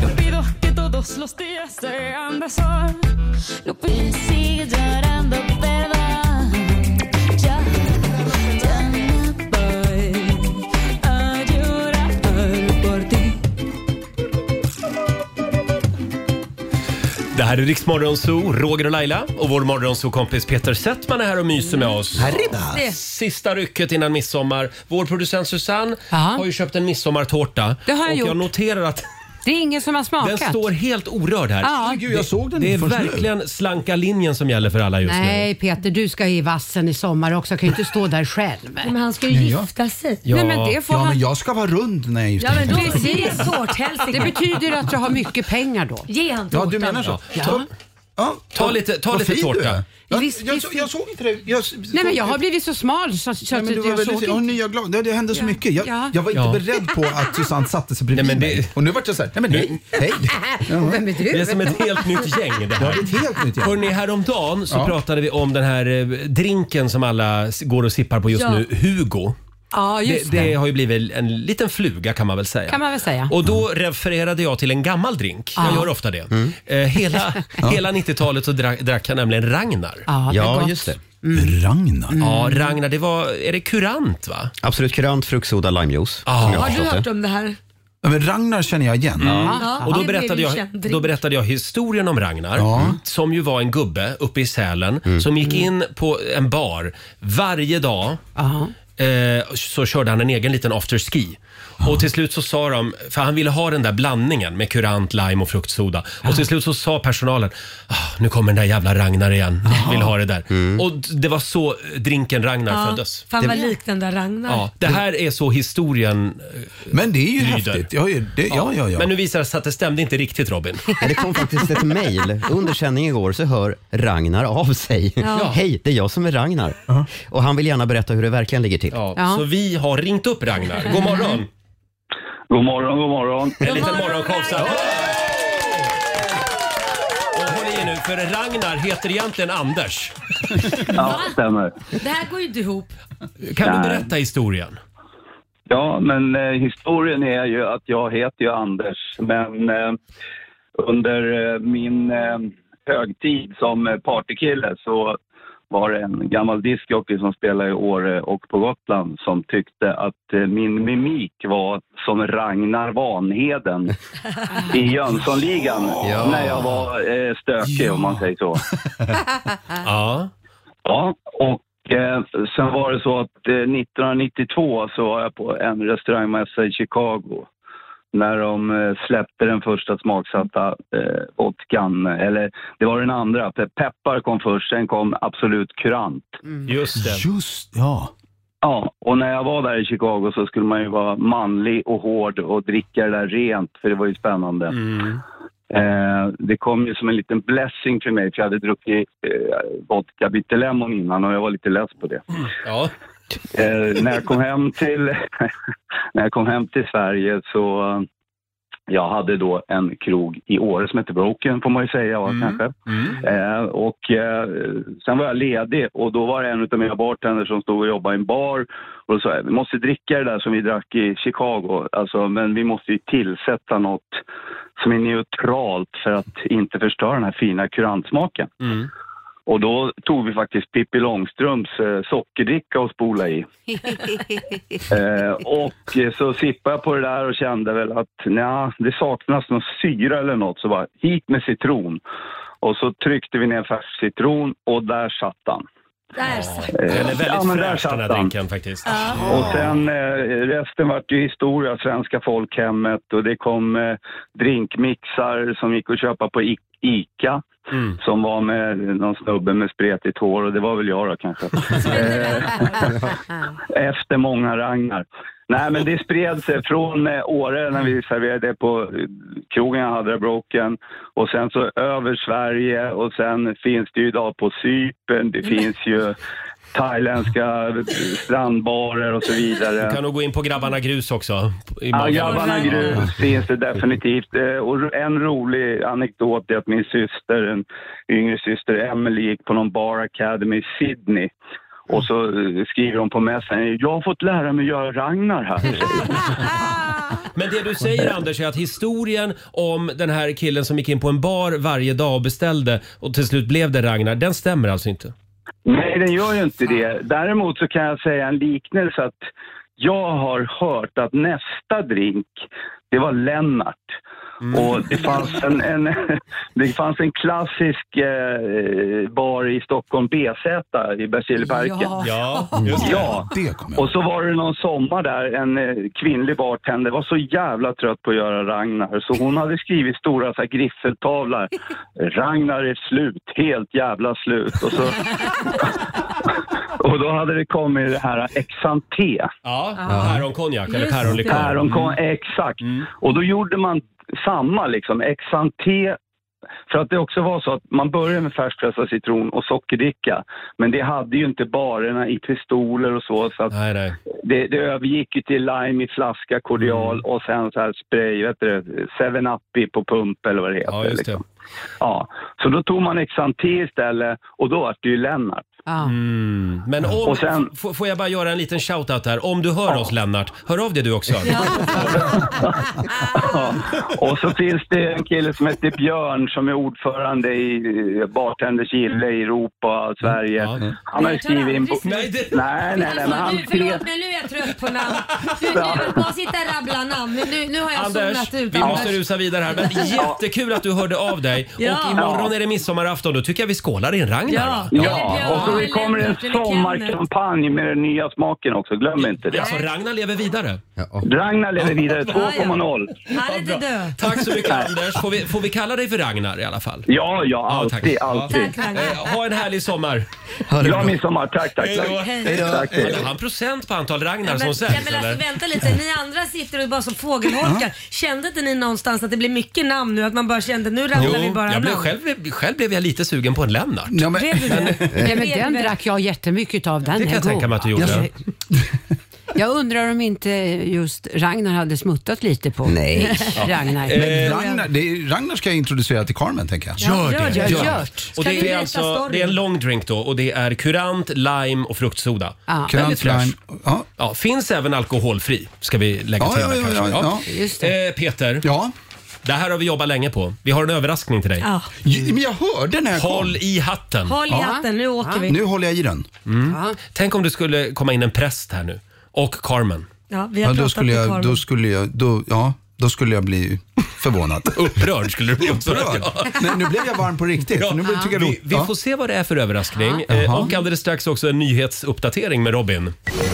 Det här är Rix Morgonzoo, Roger och Laila och vår Morgonzoo-kompis Peter Settman är här och myser med oss. Arriba. Sista rycket innan midsommar. Vår producent Susanne Aha. har ju köpt en midsommartårta. Det har jag och gjort. jag noterar att det är ingen som har smakat. den står helt orörd här. Ja. Gud, jag såg den Det är först nu. verkligen slanka linjen som gäller för alla just Nej nu. Peter, du ska i vassen i sommar också. Kan ju inte stå där själv. Men han ska ju Nej, ja. gifta sig. Ja. Nej, men det får Ja, han... men jag ska vara rund när jag gifter Ja, mig. men då Precis. blir det svårt. Det betyder att jag har mycket pengar då. Ge han Ja, tårtan. du menar så? Ja. Ta, ja. Ta lite, ta Vad lite fin du tårta. är. Jag, Visst, jag, visst. jag, jag såg inte det. Jag, Nej, men jag har blivit så smal så, så Nej, att men du var jag väldigt såg fin. Jag har inte. nya glas. Det, det hände så mycket. Jag, Ja. jag var inte Ja. beredd på att Susanne satte sig bredvid Nej, men det- mig. Och nu vart jag så här, nej men nej, hej. Ja. Vem är du? Det är som ett helt nytt gäng det Det här. är ett helt nytt gäng. Hörrni, häromdagen så Ja. pratade vi om den här eh, drinken som alla s- går och sippar på just Ja. nu, Hugo. Ja, Det, just det. det har ju blivit en liten fluga kan man väl säga. Kan man väl säga. Och då refererade jag till en gammal drink. Jag Ja. gör ofta det. Eh, hela, hela nittiotalet så drack, drack jag nämligen Ragnar. Ja, det är Ja, gott. just det. Ragnar. Ja, Ragnar, det var, är det kurant va? Absolut kurant, fruktsoda, limejuice. Ja. som jag Har du förstått hört det. om det här? Ja, men Ragnar känner jag igen. Ja, Och då det blev berättade, ju jag, känd drink. då berättade jag historien om Ragnar, Ja. som ju var en gubbe uppe i Sälen som gick in på en bar varje dag. Ja. Eh, så körde han en egen liten afterski. Och till slut så sa de, för han ville ha den där blandningen med kurant, lime och fruktsoda. Och till slut så sa personalen, ah, nu kommer den där jävla Ragnar igen. Vill ha det där. Och d- det var så drinken Ragnar föddes. Fan vad lik den där Ragnar. Ja, det här är så historien eh, Men det är ju lyder. häftigt. Ja, det, ja, ja, ja. Men nu visar det sig att det stämde inte riktigt Robin. Men det kom faktiskt ett mejl. Under sändningen igår så hör Ragnar av sig. Ja. Hej, det är jag som är Ragnar. Och han vill gärna berätta hur det verkligen ligger till. Ja, Ja. Så vi har ringt upp Ragnar. God morgon! God morgon, god morgon. En liten morgon, morgonshowsa. Och håll i nu, för Ragnar heter egentligen Anders. Ja, stämmer. Det här går ju inte ihop. Kan du Nej. berätta historien? Ja, men eh, historien är ju att jag heter ju Anders, men eh, under eh, min eh, högtid som eh, partykille så var det en gammal diskjockey som spelade i Åre och på Gotland som tyckte att eh, min mimik var som Ragnar Vanheden i Jönssonligan Ja. när jag var eh, stökig, om man säger så. Ja. Ja, och eh, sen var det så att eh, nittonhundranittiotvå så var jag på en restaurangmässa i Chicago när de eh, släppte den första smaksatta eh, vodkan, eller det var den andra. Pe- Peppar kom först, sen kom Absolut Kurant. Just det. Just, ja. Ja, och när jag var där i Chicago så skulle man ju vara manlig och hård och dricka det där rent, för det var ju spännande. Mm. Eh, det kom ju som en liten blessing för mig, för jag hade druckit eh, vodka Bitter Lemon innan och jag var lite less på det. Ja. Eh, när jag kom hem till när jag kom hem till Sverige så jag hade då en krog i Åre som heter Broken, får man ju säga, va, mm. kanske. Mm. Eh, och eh, sen var jag ledig och då var det en av mina bartender som stod och jobbade i en bar. Och då sa jag, vi måste dricka det där som vi drack i Chicago. Alltså, men vi måste ju tillsätta något som är neutralt för att inte förstöra den här fina kurantsmaken. Mm. Och då tog vi faktiskt Pippi Långstrumps eh, sockerdricka och spola i. eh, och eh, så sippade jag på det där och kände väl att nja, det saknas någon syra eller något. Så bara, hit med citron. Och så tryckte vi ner färsk citron och där satt han. Där satt han. Den är väldigt ja, fräsch den här drinken faktiskt. Oh. Och sen eh, resten var ju historia, Svenska folkhemmet. Och det kom eh, drinkmixar som gick att köpa på I- Ica. Mm. Som var med någon snubbe med spretigt hår och det var väl jag då kanske. Efter många Ragnar. Nej, men det spred sig från eh, Åre när vi serverade på krogen jag hade Broken och sen så över Sverige och sen finns det ju idag på Cypern, det finns ju thailändska strandbarer och så vidare. Du kan nog gå in på Grabbarna Grus också. Ja, Grabbarna Grus finns det definitivt. Och en rolig anekdot är att min syster, en yngre syster Emily, gick på någon bar academy i Sydney. Och så skriver de på mässan, jag har fått lära mig göra Ragnar här. Men det du säger, Anders, är att historien om den här killen som gick in på en bar varje dag och beställde och till slut blev det Ragnar, den stämmer alltså inte? Nej, den gör ju inte det. Däremot så kan jag säga en liknelse att jag har hört att nästa drink, det var Lennart. Mm. Och det fanns en, en, det fanns en klassisk eh, bar i Stockholm, B Z i Berzelparken. Ja, ja, just det. Ja. Och så var det någon sommar där, en eh, kvinnlig bartender var så jävla trött på att göra Ragnar. Så hon hade skrivit stora så här griffeltavlar. Ragnar är slut, helt jävla slut. Och så... Och då hade det kommit det här Exanté. Ja, päronkonjak eller päronlikör. Päronkonjak, exakt. Mm. Och då gjorde man samma liksom, Exanté. För att det också var så att man började med färskpressad citron och sockerdricka. Men det hade ju inte barerna i pistoler och så. Så att nej, nej. Det, det övergick ju till lime i flaska, kordial mm. och sen så här spray, vet du, seven up på pump eller vad det heter. Ja, just det. Liksom. Ja, så då tog man Exanté istället och då var det ju Lennart. Mm. Men om, och sen, f- får jag bara göra en liten shoutout här. Om du hör ja. oss, Lennart, hör av dig du också. Ja. Ja. Och så finns det en kille som heter Björn som är ordförande i Bartenders gille i Europa och Sverige. Ja. Han har ju skrivit en bok. Nej, det... nej, nej, nej. Men han... nu, förlåt, men nu är jag trött på namn. Du, du bara sitta och rabbla namn. Men nu, nu har jag Anders, zonat ut. vi Anders. måste rusa vidare här. Men jättekul att du hörde av dig. Ja. Och imorgon är det midsommarafton. Då tycker jag vi skålar i en Ragnar. Ja, ja. ja. och så det kommer en sommarkampanj med den nya smaken också. Glöm inte det. Alltså Ragnar lever vidare. Ja. Ragnar lever vidare två komma noll. Han är inte död. Tack så mycket, Anders. Får vi, får vi kalla dig för Ragnar i alla fall? Ja, ja, alltid, ja, alltid. Tack, eh, ha en härlig sommar. Bra midsommar, tack, tack. Hej då. Hej då. Tack, hej då. Har han procent på antal Ragnar ja, som säljs? Ja, men alltså, vänta lite, ni andra sitter och bara som fågelholkar. Kände inte ni någonstans att det blir mycket namn nu? Att man bara kände, nu rabblar vi bara jag blev namn. Själv, själv blev jag lite sugen på en Lennart. Ja, men, men, ja, men den drack jag jättemycket av. Den det kan jag tänka mig att du gjorde. Jag undrar om inte just Ragnar hade smuttat lite på Nej. Ragnar. Men Ragnar, det är, Ragnar ska jag introducera till Carmen, tänker jag. Gör det. Gör, gör, gör. Och det är alltså det är en long drink då och det är kurant, lime och fruktsoda. Ah. Kurant, lime. Ja. Ja, finns även alkoholfri, ska vi lägga till ja, ja, ja, kanske. Ja, ja. Ja. Just det. Eh, Peter. Ja. Det här har vi jobbat länge på. Vi har en överraskning till dig. Ja. Men jag hörde när jag kom. Håll i hatten. Håll i hatten, nu åker ja. vi. Nu håller jag i den. Mm. Tänk om det skulle komma in en präst här nu. Och Carmen. Ja, vi har ja, då pratat skulle med jag, Carmen. då skulle jag, då, ja, då skulle jag bli förvånad. Upprörd skulle du bli. Upprörd. Men nu blev jag varm på riktigt. Ja, nu ja. tycker jag vi, vi får se vad det är för överraskning. Eh, och alldeles strax också en nyhetsuppdatering med Robin.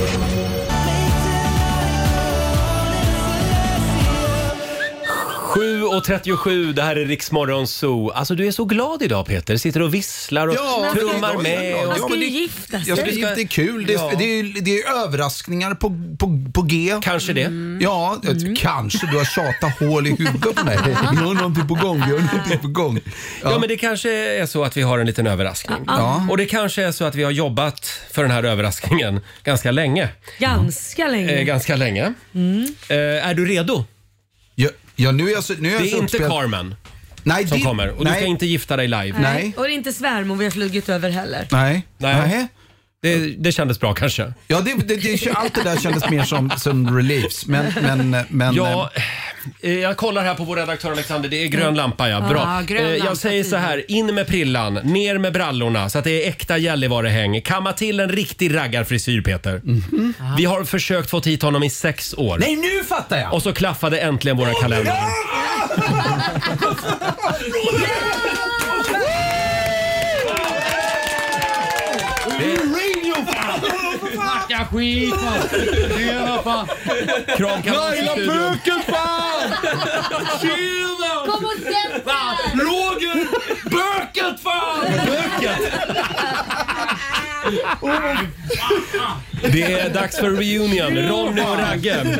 sju och trettiosju, det här är Rix Morgon Zoo. Alltså du är så glad idag, Peter. Sitter och visslar och ja, trummar med. Och... Han ska ju gifta sig. Jag ska gifta, det är kul. Det är, ja. det, är, det är överraskningar på, på, på G. Kanske det. Mm. Ja, mm. kanske. Du har tjatat hål i huvudet på mig. Jag har någonting på gång, jag har någonting på gång. Ja. ja, men det kanske är så att vi har en liten överraskning. Ja. Och det kanske är så att vi har jobbat för den här överraskningen ganska länge. Ganska länge. Eh, ganska länge. Mm. Eh, är du redo? Ja. Ja, nu är jag så, nu är jag Det är så inte uppspel- Carmen Nej, som det, kommer. Och nej, du ska inte gifta dig live. Nej. Och det är inte svärmor vi har flugit över heller. Nej. Nej. Nej. Det, det kändes bra kanske. Ja, det, det, det, allt det där kändes mer som, som reliefs. Men, men, men, Ja, eh, jag kollar här på vår redaktör Alexander. Det är grön lampa, ja. Bra. Ja, grön Eh, lampa jag säger så här, in med prillan, ner med brallorna så att det är äkta Gällivarehäng. Kamma till en riktig raggarfrisyr, Peter. Mm-hmm. Vi har försökt få hit honom i sex år. Nej, nu fattar jag! Och så klaffade äntligen våra kalendrar. Snacka skit fan! Tjena fan! Kramkalas i studion. Böken fan! Tjena! Kom och sätt dig! Roger! Böket fan! Böket! Det är dags för reunion. Ronny och Ragge.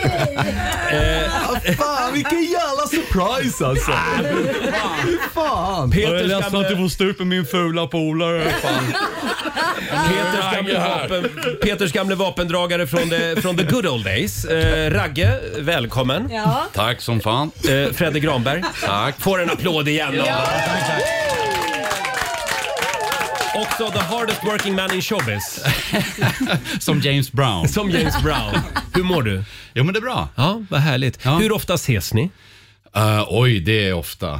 Eh, fan, vilken jävla surprise alltså. Fan. Peters Jag är ledsen att du får stå upp med min fula polare. Fan. Peters gamle, vapen, Peters gamle vapendragare från the, från the good old days. Eh, Ragge, välkommen. Ja. Tack som fan. Eh, Fredde Granberg. Tack. Får en applåd igen. Ja. Tack, tack. Också the hardest working man in showbiz. Som James Brown. Som James Brown. Hur mår du? Jo men det är bra. Ja, vad härligt. Ja. Hur ofta ses ni? Uh, oj, det är ofta.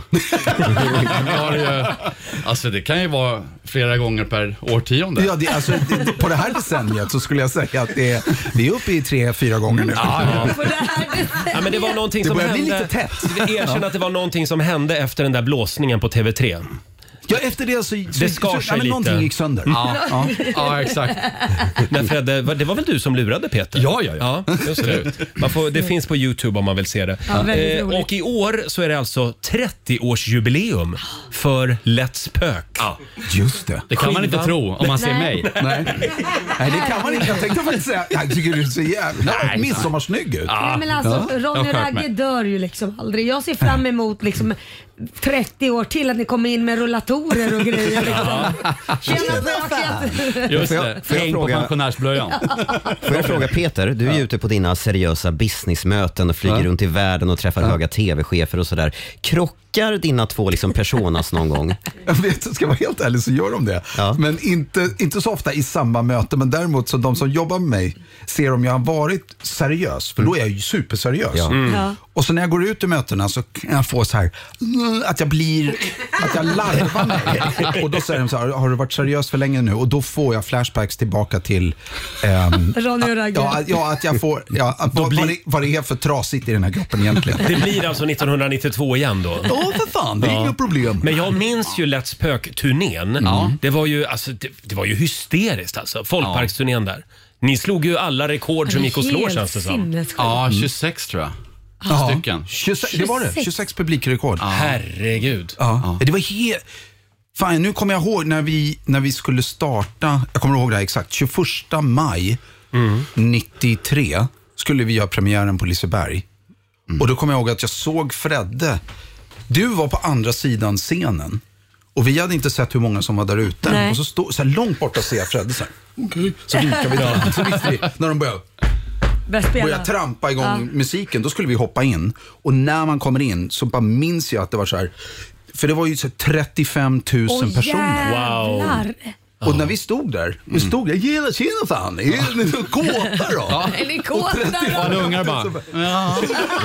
har ju, alltså det kan ju vara flera gånger per årtionde. Ja, det, alltså, det, på det här decenniet så skulle jag säga att det är, vi är uppe i tre, fyra gånger nu. Ja, ja. På det här Ja, men det var någonting Det som börjar bli hände. lite tätt. Erkänn Ja. att det var någonting som hände efter den där blåsningen på T V tre. Ja, efter det så, så, Det skar så, sig ja, men lite. någonting gick sönder. Ja, Ja. ja exakt. När Fredde, det var väl du som lurade Peter? Ja, ja, ja. ja just det. Man får, det finns på YouTube om man vill se det. Ja, väldigt eh, roligt. och i år så är det alltså trettio-årsjubileum för Let's Pök. Ja. Just det. Det kan man inte Skivan. tro om man ser mig. Nej. Nej, det kan man inte. Jag tänkte faktiskt säga, jag tycker du ser jävla midsommarsnygg ut. Nej, men alltså, jag Ronny har skärpt Ragge mig. dör ju liksom aldrig. Jag ser fram emot liksom trettio år till att ni kommer in med rullatorer och grejer. Liksom. Tjena böket! Just Får jag- det. får jag Häng på fråga- pensionärsblöjan. Får jag fråga Peter, du är ju ute på dina seriösa businessmöten och flyger runt i världen och träffar höga tv-chefer och sådär. Krockar dina två liksom personas någon gång? Jag vet, ska jag vara helt ärlig så gör de det. Ja. Men inte, inte så ofta i samma möte. Men däremot så de som jobbar med mig ser om jag har varit seriös. För då är jag ju superseriös. Ja. Mm. Ja. Och så när jag går ut i mötena så kan jag få så här mm, att jag blir, att jag larvar mig. Och då säger de så här, har du varit seriös för länge nu? Och då får jag flashbacks tillbaka till ehm, Ronny och Ragge. ja, att- ja, att jag får, ja, att, vad, vad, det, vad det är för trasigt i den här gruppen egentligen. Det blir alltså nittonhundranittiotvå igen då. Ja, för fan, det är Ja. inga problem. Men jag minns ju Let's Pök-turnén. Det var ju, alltså, det, det var ju hysteriskt alltså. Folkparksturnén där. Ni slog ju alla rekord som gick att slå, Helt känns det som. sinnessjukt. Ja, tjugosex tror jag. Ja. Stycken. tjugosex, det var det, tjugosex publikrekord. Herregud. Ja. Det var helt... Fan, nu kommer jag ihåg när vi, när vi skulle starta, jag kommer ihåg det här exakt, tjugoförsta maj nittiotre skulle vi göra premiären på Liseberg. Och då kommer jag ihåg att jag såg Fredde. Du var på andra sidan scenen. Och vi hade inte sett hur många som var där ute. Nej. Och så, stå, så här långt borta ser jag Fredde så här. Okej. Så vinkar vi där. Så visste vi, när de började Börja spela. börja trampa igång Ja. musiken, då skulle vi hoppa in. Och när man kommer in så bara minns jag att det var så här, för det var ju så här trettiofem tusen Åh, personer. jävlar. Och när vi stod där, vi stod där, gilla tjena fan, är ni så kåta då? Är ni kåta då? Alla ungar bara. Ja.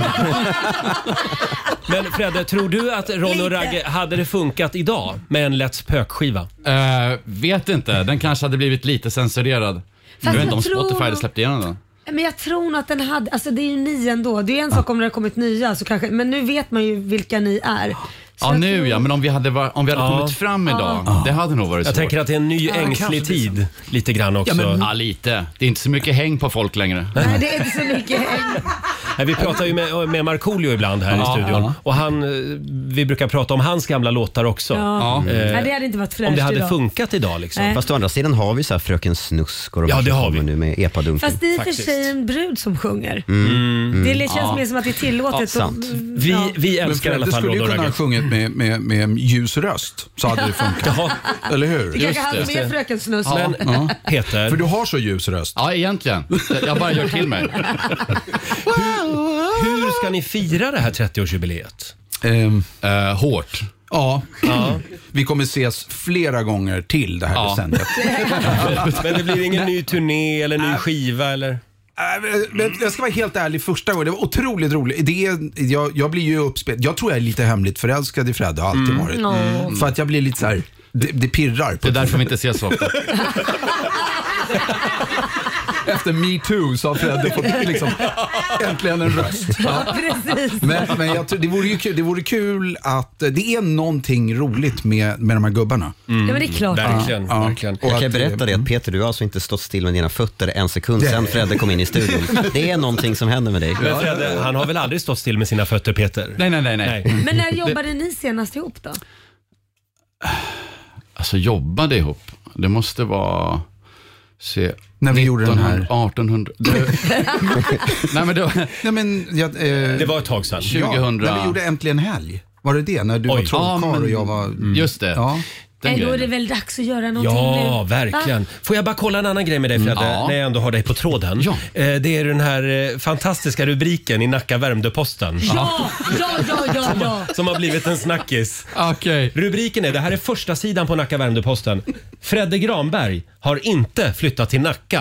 Men Fredde, tror du att Ronny och Ragge, hade det funkat idag med en Let's Pök-skiva? Uh, vet inte, den kanske hade blivit lite censurerad. Jag vet inte om jag tror- Spotify hade släppt igenom den. Men jag tror nog att den hade, alltså det är ju ni ändå. Det är en sak om det har kommit nya så kanske, men nu vet man ju vilka ni är. Så Ja jag nu tror- ja, men om vi hade, var, om vi hade Ja. kommit fram idag, det hade nog varit Jag svårt. tänker att det är en ny ängslig tid lite grann också. Ja, men, ja, lite. Det är inte så mycket häng på folk längre. Nej, det är inte så mycket häng. Nej, vi pratar ju med, med Markoolio ibland här Ja, i studion. ja. Och han, eh, vi brukar prata om hans gamla låtar också. Ja. Eh, Nej, det hade inte varit fräscht om det hade idag. funkat idag liksom. Nej. Fast å andra sidan har vi så här Fröken Snusk och de Ja, här det som har kommer vi. nu med epadunken. Fast det är i och för Faktiskt. sig en brud som sjunger. Mm. Det känns Ja. mer som att det är tillåtet. Ja, sant. Och- Vi, ja. vi Men älskar i alla Fredde fall skulle Ronny ju och kunna ha Ragge. sjungit med, med, med ljus röst, så hade det funkat. Ja, Eller Det hur? kanske hade det. med Fröken Snusk. men Ja. Peter, För du har så ljus röst. Ja, egentligen. Jag bara gör till mig. hur ska ni fira det här trettioårsjubileet? Um, uh, hårt. Ja. ja, vi kommer ses flera gånger till det här ja. decenniet. Men det blir ingen ny turné eller ny skiva eller? Men jag ska vara helt ärlig, första gången, det var otroligt roligt. Det är, jag, jag blir ju uppspelt. Jag tror jag är lite hemligt förälskad i Fred, har alltid varit. Mm. För att jag blir lite så här, det, det pirrar. På det är därför vi inte ses så ofta. Efter Me Too så har Fred fått liksom äntligen en röst. Ja. Precis. Men, men jag tror, det, vore ju kul, det vore kul att det är någonting roligt med, med de här gubbarna. Mm. Ja, men det är klart. Verkligen, ja. verkligen. Jag kan berätta det att Peter, du har alltså inte stått still med dina fötter en sekund sen Fredde kom in i studion. Det är någonting som händer med dig. Men Fredde, han har väl aldrig stått still med sina fötter, Peter? Nej, nej, nej. nej. Men när jobbade ni senast ihop då? Alltså jobbade ihop. Det måste vara... Se, när vi gjorde den här artonhundra det, nej men det, nej, men, jag, eh, det var ett tag sedan. tjugohundra Ja, när vi gjorde Äntligen helg. Var det det? När du Oj. var trollkarl ja, och jag var... Mm. Just det. Ja. Nej, då är det väl dags att göra någonting Ja, nu. verkligen. Va? Får jag bara kolla en annan grej med dig, Fredde, mm. ja. när jag ändå har dig på tråden? Ja. Det är den här fantastiska rubriken i Nacka Värmdö-Posten. Ja, ja, ja, ja, ja. Som, som har blivit en snackis. Okay. Rubriken är, det här är första sidan på Nacka Värmdö-Posten. Fredde Granberg har inte flyttat till Nacka.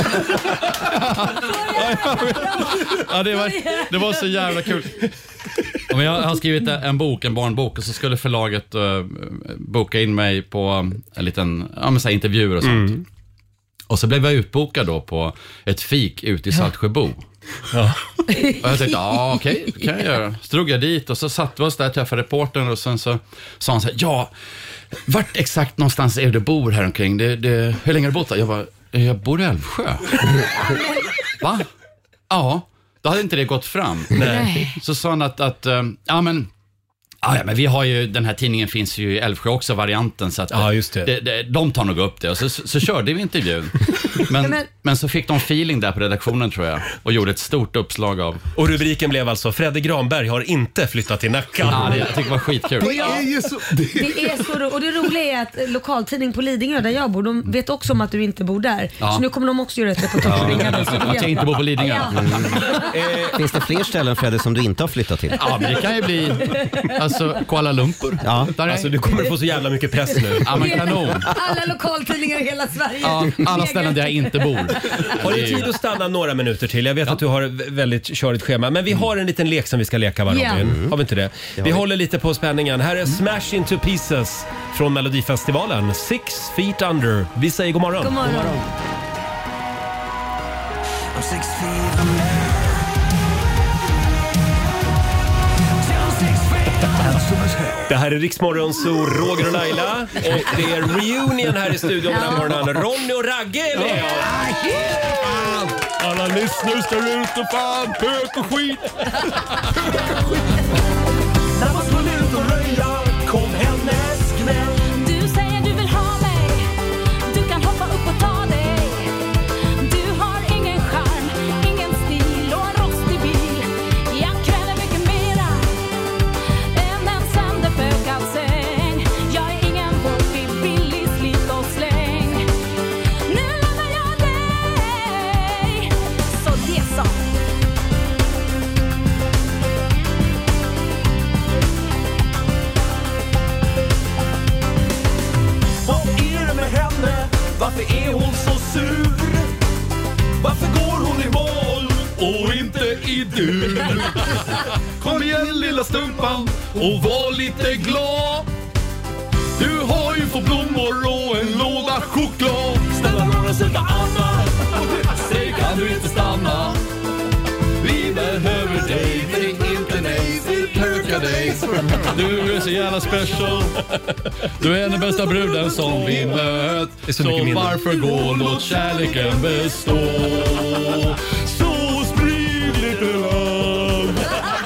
Ja, det var, det var så jävla kul. Men jag har skrivit en bok, en barnbok, och så skulle förlaget uh, boka in mig på en liten ja, men så här, intervjuer och sånt. Mm. Och så blev jag utbokad då på ett fik ute i Saltsjöbo. Ja. Och jag tänkte, ja okej, okay, kan jag göra. Så drog jag dit och så satt vi oss där, träffade reportern och sen så sa han så här, ja, vart exakt någonstans är du bor här omkring? Det, det, hur länge har du bott där? Jag bara, jag bor i Älvsjö. Va? Ja. Då hade inte det gått fram. Nej. Så sa han att, att ja men ja, men vi har ju, den här tidningen finns ju i Älvsjö också, varianten, så att ja, just det. Det, det, de tar nog upp det. Och så, så, så körde vi intervjun. Men, men, men så fick de feeling där på redaktionen, tror jag, och gjorde ett stort uppslag av. Och rubriken blev alltså, Fredde Granberg har inte flyttat till Nacka. Ja, det, jag tycker det var skitkul. Det är ju så, det... det är så, och det roliga är att lokaltidning på Lidingö där jag bor, de vet också om att du inte bor där. Ja. Så nu kommer de också göra ett reportage. Ja. Att jag inte bor på Lidingö. Ja. Mm. Eh, finns det fler ställen, Fredde, som du inte har flyttat till? Ja, men det kan ju bli alltså Kuala Lumpur. Ja. Alltså du kommer få så jävla mycket press nu. Ja, men kanon. Alla lokaltidningar i hela Sverige. Ja, alla ställen där jag inte bor. Har du tid att stanna några minuter till? Jag vet ja. att du har väldigt körigt schema. Men vi har en liten lek som vi ska leka, va, Robin? Yeah. Mm. Har vi inte det? det vi håller lite på spänningen. Här är Smash Into Pieces från Melodifestivalen. Six Feet Under. Vi säger god morgon. God morgon. God morgon. Det här är Riksmorgon, så Roger och Laila. Och det är reunion här i studion den här morgonen. Ronny och Ragge är med. Alla lyssnare ska ut och fan, pök och skit. När man skulle ut och röja, kom hennes gnäll. Du säger du vill ha mig, du kan hoppa upp och ta dig. Du har ingen charm, ingen stil och en rostig bil. Jag kräver mycket mera än en sönderfökad säng. Jag är ingen vårdlig, billig slit och släng. Nu lämnar jag dig, så det är så. Varför är hon så sur? Varför går hon i mål och inte i dur? Kom igen lilla stumpan och var lite glad. Du har ju fått blommor och en låda choklad. Snälla några söka Anna, säg kan du inte stanna? Vi behöver dig, det är inte nej, vi pökar dig. Du är så jävla special. Du är den bästa bruden som vi mött. Så, så varför gå, låt kärleken bestå. Så sprid lite love.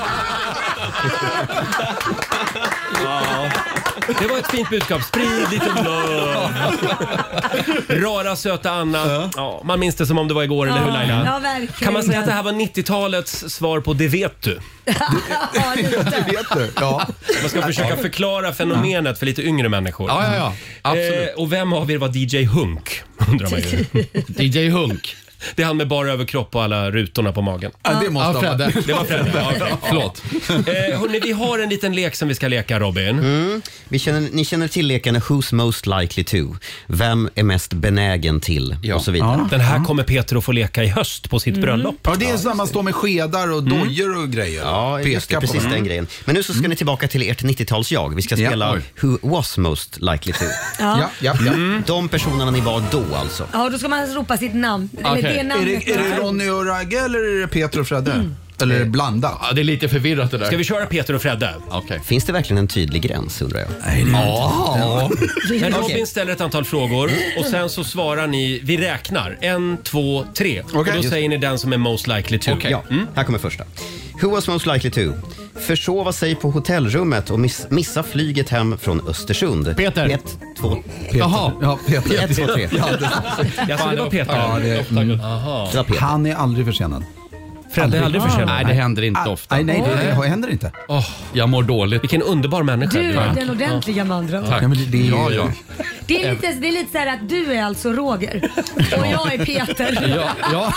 Ja. Det var ett fint budskap. Sprid lite love. Rara söta Anna. Ja, man minns det som om det var igår, eller hur Laila? Ja, verkligen. Kan man säga att det här var nittiotalets svar på Det vet du? Ja, det vet du. Ja. Man ska försöka förklara fenomenet för lite yngre människor. Ja, ja, ja. Absolut. Eh, och vem av er var D J Hunk? Undrar man ju. D J Hunk. Det är han med bara överkropp och alla rutorna på magen. Ja, det måste Ja, Fredde. Det var Fredde. Ja, okay. Förlåt. Eh, hörni, vi har en liten lek som vi ska leka, Robin. Mm. Vi känner, ni känner till leken Who's most likely to? Vem är mest benägen till? Ja. Och så vidare. Den här kommer Peter att få leka i höst på sitt bröllop. Ja, det är samma stå med skedar och dojor och grejer. Ja, just det, Peka på precis dem. den grejen. Men nu så ska ni tillbaka till ert nittio-tals-jag. Vi ska Ja. spela Oj. Who was most likely to? Ja, ja, ja. De personerna ni var då alltså. Ja, då ska man ropa sitt namn. Eller Okej. det Är namnet. det, är det Ronny och Ragge eller är det Peter och Fredde? Eller är det blandat? Ja, det är lite förvirrat det där. Ska vi köra Peter och Fredde? Okej. Finns det verkligen en tydlig gräns, undrar jag? Nej, det är Ja. Men Robin ställer ett antal frågor och sen så svarar ni, vi räknar. En, två, tre. Och då just säger ni den som är most likely to. Ja, här kommer första. Who was most likely to? Försova sig på hotellrummet och miss, missa flyget hem från Östersund. Peter. Ett, två, Jaha. Ja, Peter. ett, två, tre. Ja, det, Jag tror det var Peter. ja, det, mm. Aha. Det var Peter. Han är aldrig försenad. Fredde är aldrig för Nej, det händer inte ofta. Nej, nej, det, det händer inte. Oh, jag mår dåligt. Vilken underbar människa Du du är är. den ordentliga med andra ord. Tack. Ja, men det, det, Ja, ja. Det är lite, det är lite så här att du är alltså Roger och jag är Peter. Ja, ja.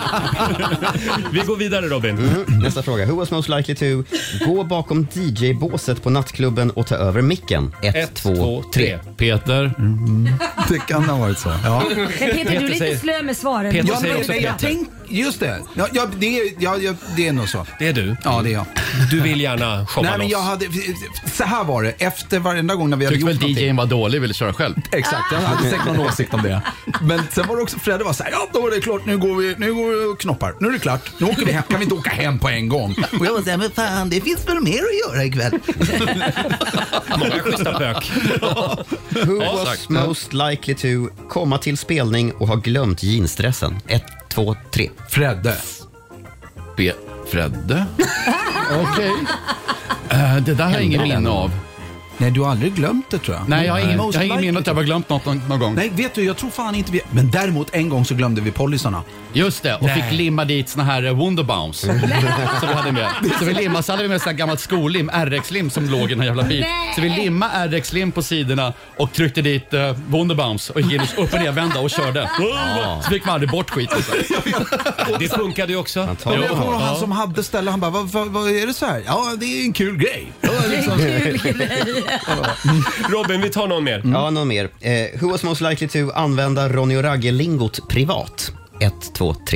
Vi går vidare, Robin. Mm. Nästa fråga. Who was most likely to gå bakom D J-båset på nattklubben och ta över micken? Ett, Ett, två, två, tre. tre. Peter. det kan ha varit så. Ja. Men Peter, du är lite säger- slö med svaren. Peter Ja, säger men, också jag Peter. tänk, just det. Ja, ja, det, är- ja, ja, det är nog så. Det är du. Ja, det är jag. Du vill gärna showa Nej, men jag loss. hade, så här var det. Efter varenda gång när vi hade Tyckte gjort väl D någonting. J:n var dålig, ville köra själv. Exakt, jag hade säkert någon åsikt om det. Men sen var det också, Fredde var så här, ja då var det klart, nu går vi, nu går vi och knoppar. Nu är det klart, nu åker vi hem, kan vi inte åka hem på en gång? Och jag var så här, men fan det finns väl mer att göra ikväll. Många schyssta pök. Who was most likely to komma till spelning och ha glömt jeansdressen? Ett, två, tre. Fredde. Be- Fredde? Okej. Eh, det där har jag ingen minne av. Nej, du har aldrig glömt det tror jag. Nej, jag har ingen, Most jag har ingen likely minne att jag har glömt något någon, någon gång. Nej, vet du, jag tror fan inte vi... Men däremot en gång så glömde vi polisarna. Just det, och Nej. fick limma dit såna här eh, Wonderbounce som vi hade med. Så vi limmade, så hade vi med sån här gammalt skolim, R X-lim som låg i den här jävla bilen. Nej. Så vi limmade R X-lim på sidorna och tryckte dit uh, Wonderbounce och gick upp och ner vända och körde. Så fick man aldrig bort skiten. Det funkade ju också. Ja, men jag kommer ihåg han som hade ställe, han bara, vad, vad, vad är det så här? Ja, det är en kul grej. Ja, liksom. Robin, vi tar någon mer. Ja, någon mer. Eh, who was most likely to använda Ronny och Ragge-lingot privat? Ett, två, tre.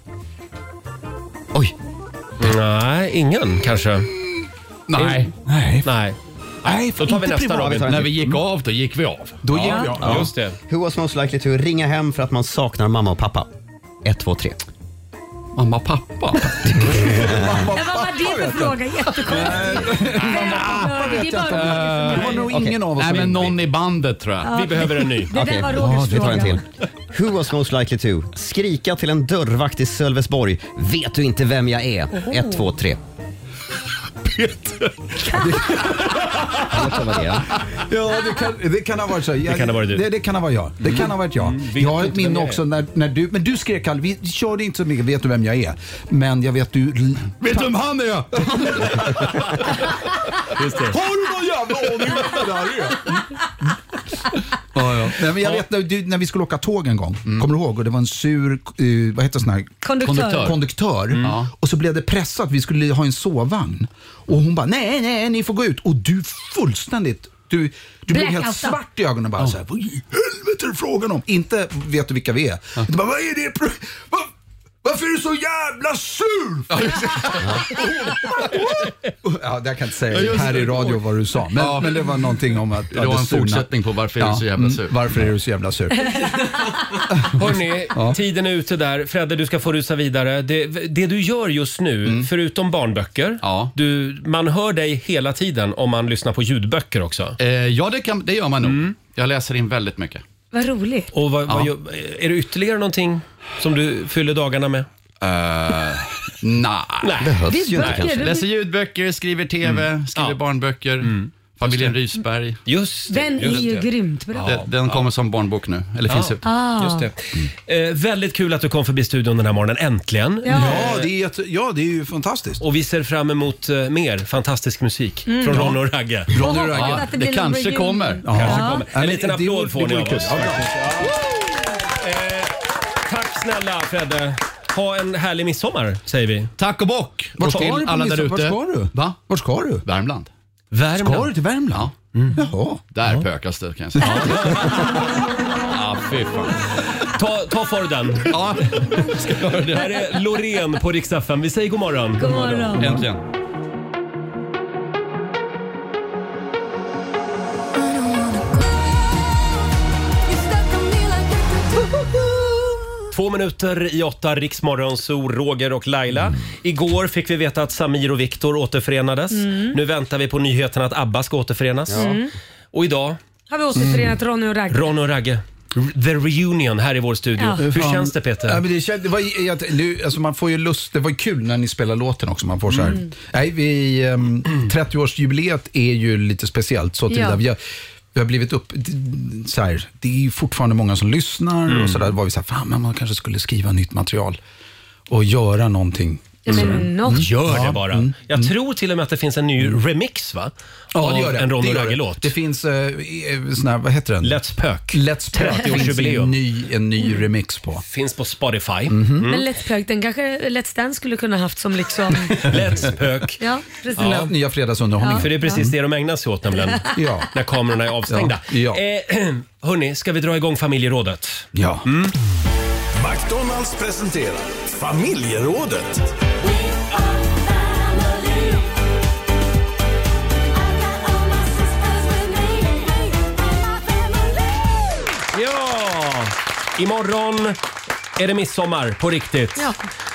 Oj. Nej, ingen kanske. Nej. Nej, Nej. nej, Då tar vi inte nästa, privat. Robin. När vi gick av, då gick vi av. Då gick vi, Ja, ja. just det. Who was most likely to ringa hem för att man saknar mamma och pappa? Ett, två, tre. Mamma och pappa. Ja, vad var det för fråga? Jättekonstigt. Det är bara Det var nog ingen av oss Nej, som men inte- någon i bandet tror jag. Vi behöver en ny. Det där Okej, var Rogers vi tar en fråga. till. Who was most likely to skrika till en dörrvakt i Sölvesborg? Vet du inte vem jag är? Ett, två, tre. Peter. Vet du vad det är? Ja, det kan, det kan ha varit så. Jag, Det kan ha varit du. Det, det kan ha varit jag. Det kan ha varit jag. vet Jag har inte ett minne vem jag också är. när, när du, men du skrek Kalle, vi körde inte så mycket, vet du vem jag är? Men jag vet du... Vet du vem han är? Just det. Har du någon jävla aning vem det där är? Ja, ja. Nej, men jag vet när, du, när vi skulle åka tåg en gång, kommer du ihåg? Och det var en sur, uh, vad heter sån här? Konduktör. Konduktör. Och så blev det pressat, vi skulle ha en sovvagn. Och hon bara, nej, nej, ni får gå ut. Och du fullständigt, du, du blev helt Blackouta. svart i ögonen bara så här, vad i helvete är det frågan om? Inte vet du vilka vi är. Du bara, vad är det? Pro- vad, varför är du så jävla sur? Ja, det jag kan inte säga Ja, just här det. i radio vad du sa. Men, Ja. men det var någonting om att... Det var en fortsättning på varför är du så jävla sur. Mm, varför är du så jävla sur? Hörrni, tiden är ute där. Fredde, du ska få rusa vidare. Det, det du gör just nu, förutom barnböcker, Ja. du, man hör dig hela tiden om man lyssnar på ljudböcker också. Eh, ja, det, kan, det gör man nog. Jag läser in väldigt mycket. Vad roligt. Och vad, vad Ja. gör, är det ytterligare någonting som du fyller dagarna med? Uh, nej. Behövs Visst ju inte böcker, kanske. du- Läser ljudböcker, skriver tv, skriver Ja. barnböcker. Familjen Rysberg. Just det. Den är just ju det. grymt bra. Den, den kommer som barnbok nu, eller finns ute. Ah. Just det. Eh, väldigt kul att du kom förbi studion den här morgonen, äntligen. Ja. Ja, det är, jätte, ja, det är ju fantastiskt. Och vi ser fram emot eh, mer fantastisk musik från Ronny och Ragge. Och Ronny hoppas Ragge. att det Det blir någon kanske reunion. kommer. Ja. Kanske kommer. Ja, En men liten det applåd vore- får det ni vore av kul. oss. Ja, bra. Eh, tack snälla Fredde. Ha en härlig midsommar, säger vi. Tack och bock. Vart ska till du på alla där midsommar? ute. Vart ska du? Va? Vart ska du? Värmland. Värmland. Ska du till Värmland? Ja. Mm. Jaha. Där ja. pökas det kan jag säga. Ja, fy fan. Ta, ta för den. Ja, ska göra det. Här är Loreen på Rix F M. Vi säger god morgon. God morgon. Äntligen. Två minuter i åtta, Riksmorgon, så Roger och Laila. Mm. Igår fick vi veta att Samir och Viktor återförenades. Mm. Nu väntar vi på nyheten att ABBA ska återförenas. Mm. Och idag har vi återförenat mm. Ronny och Ragge. Ronny och Ragge. The reunion här i vår studio. Ja. Hur Fan. känns det, Peter? Ja, men det, känns, det var, jag, nu, alltså man får ju lust. Det var ju kul när ni spelar låten också. Man får så här. Mm. Nej, vi, um, trettioårsjubileet är ju lite speciellt. Så till ja. vi, har, vi har blivit upp... Så här, det är ju fortfarande många som lyssnar. Mm. Och så där var vi så här, fan, man kanske skulle skriva nytt material. Och göra någonting. Men något. Gör det bara. Mm. Jag mm. tror till och med att det finns en ny mm. remix, va? Ja, det gör det. En Ronny och Ragge-låt. Det finns, eh, sån här, vad heter den? Let's Pök. Let's Pök. Det finns en ny, en ny mm. remix på. Finns på Spotify. Mm-hmm. Mm. Men Let's Pök, den kanske Let's Dance skulle kunna haft som liksom... Let's Pök. Ja, precis. Ja. Nya fredagsunderhållning. Ja. För det är precis ja. det de ägnar sig åt nämligen. Ja. När kamerorna är avstängda. Ja. Ja. Eh, hörni, ska vi dra igång familjerådet? Ja. Mm. McDonalds presenterar familjerådet. Ja, imorgon är det midsommar på riktigt. Ja.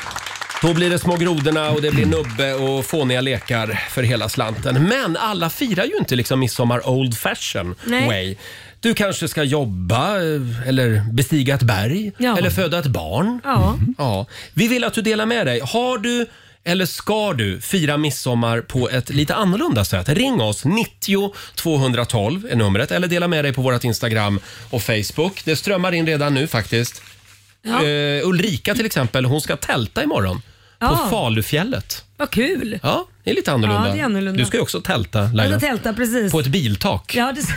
Då blir det små grodorna och det blir nubbe och fåniga lekar för hela slanten. Men alla firar ju inte liksom midsommar old fashion Nej. way. Du kanske ska jobba eller bestiga ett berg ja. eller föda ett barn. Ja. Ja. Vi vill att du delar med dig. Har du eller ska du fira midsommar på ett lite annorlunda sätt? Ring oss, nittio tvåhundratolv är numret. Eller dela med dig på vårt Instagram och Facebook. Det strömmar in redan nu faktiskt. Ja. Uh, Ulrika till exempel, hon ska tälta imorgon. På ja. Falufjället. Vad kul. Ja, det är lite annorlunda. Ja, det är annorlunda. Du ska ju också tälta, Laila. Jag ska tälta, precis. På ett biltak. Ja, det,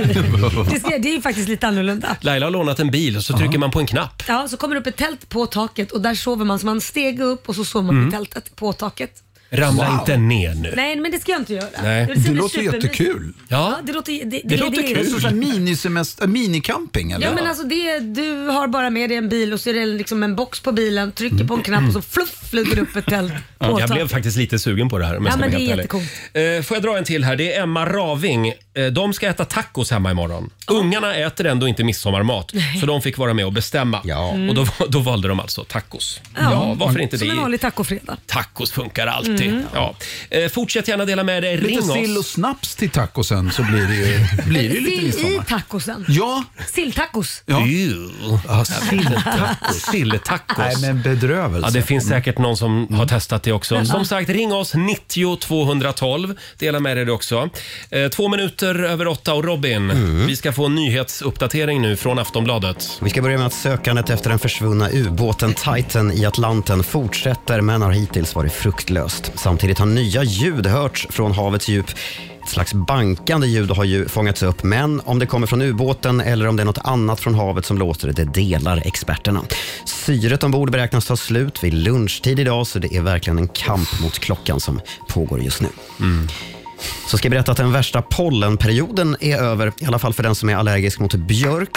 det, ska, det är ju faktiskt lite annorlunda. Laila har lånat en bil och så trycker Aha. man på en knapp. Ja, så kommer det upp ett tält på taket och där sover man. Så man steg upp och så sover man mm. på tältet på taket. Ramla wow. inte ner nu. Nej, men det ska jag inte göra. Nej. Det, det låter jättekul. Ja, ja det låter, det, det, det låter det, kul. Det är så minisemester, minicamping eller? Ja, men alltså det, du har bara med dig en bil och så är det liksom en box på bilen, trycker på en knapp och så fluff flyger upp ett tält på ja, jag taket. blev faktiskt lite sugen på det här. Ja, men det är jättekul. Uh, får jag dra en till här? Det är Emma Raving. Uh, de ska äta tacos hemma imorgon. Oh. Ungarna äter ändå inte midsommarmat. Nej. Så de fick vara med och bestämma. Ja. Mm. Och då, då valde de alltså tacos. Ja, ja varför inte som det? Som en vanlig tacofredag. Tacos funkar alltid. Mm. Ja. Uh, fortsätt gärna dela med dig. Ring lite oss. sill och snaps till tacosen så blir det ju, blir det ju lite midsommar. Sill i tacosen? Ja. Silltacos? Ja. Ja, silltacos. Silltacos. Nej, men bedrövelse. Ja, det finns säkert någon som mm. har testat det också. Mm. Som sagt, ring oss nittio tvåhundratolv. Dela med dig det också. Eh, två minuter över åtta och Robin, mm. vi ska få en nyhetsuppdatering nu från Aftonbladet. Vi ska börja med att sökandet efter den försvunna ubåten Titan i Atlanten fortsätter men har hittills varit fruktlöst. Samtidigt har nya ljud hörts från havets djup. Ett slags bankande ljud har ju fångats upp, men om det kommer från ubåten eller om det är något annat från havet som låter, det delar experterna. Syret ombord beräknas ta slut vid lunchtid idag, så det är verkligen en kamp mot klockan som pågår just nu. Mm. Så ska jag berätta att den värsta pollenperioden är över, i alla fall för den som är allergisk mot björk.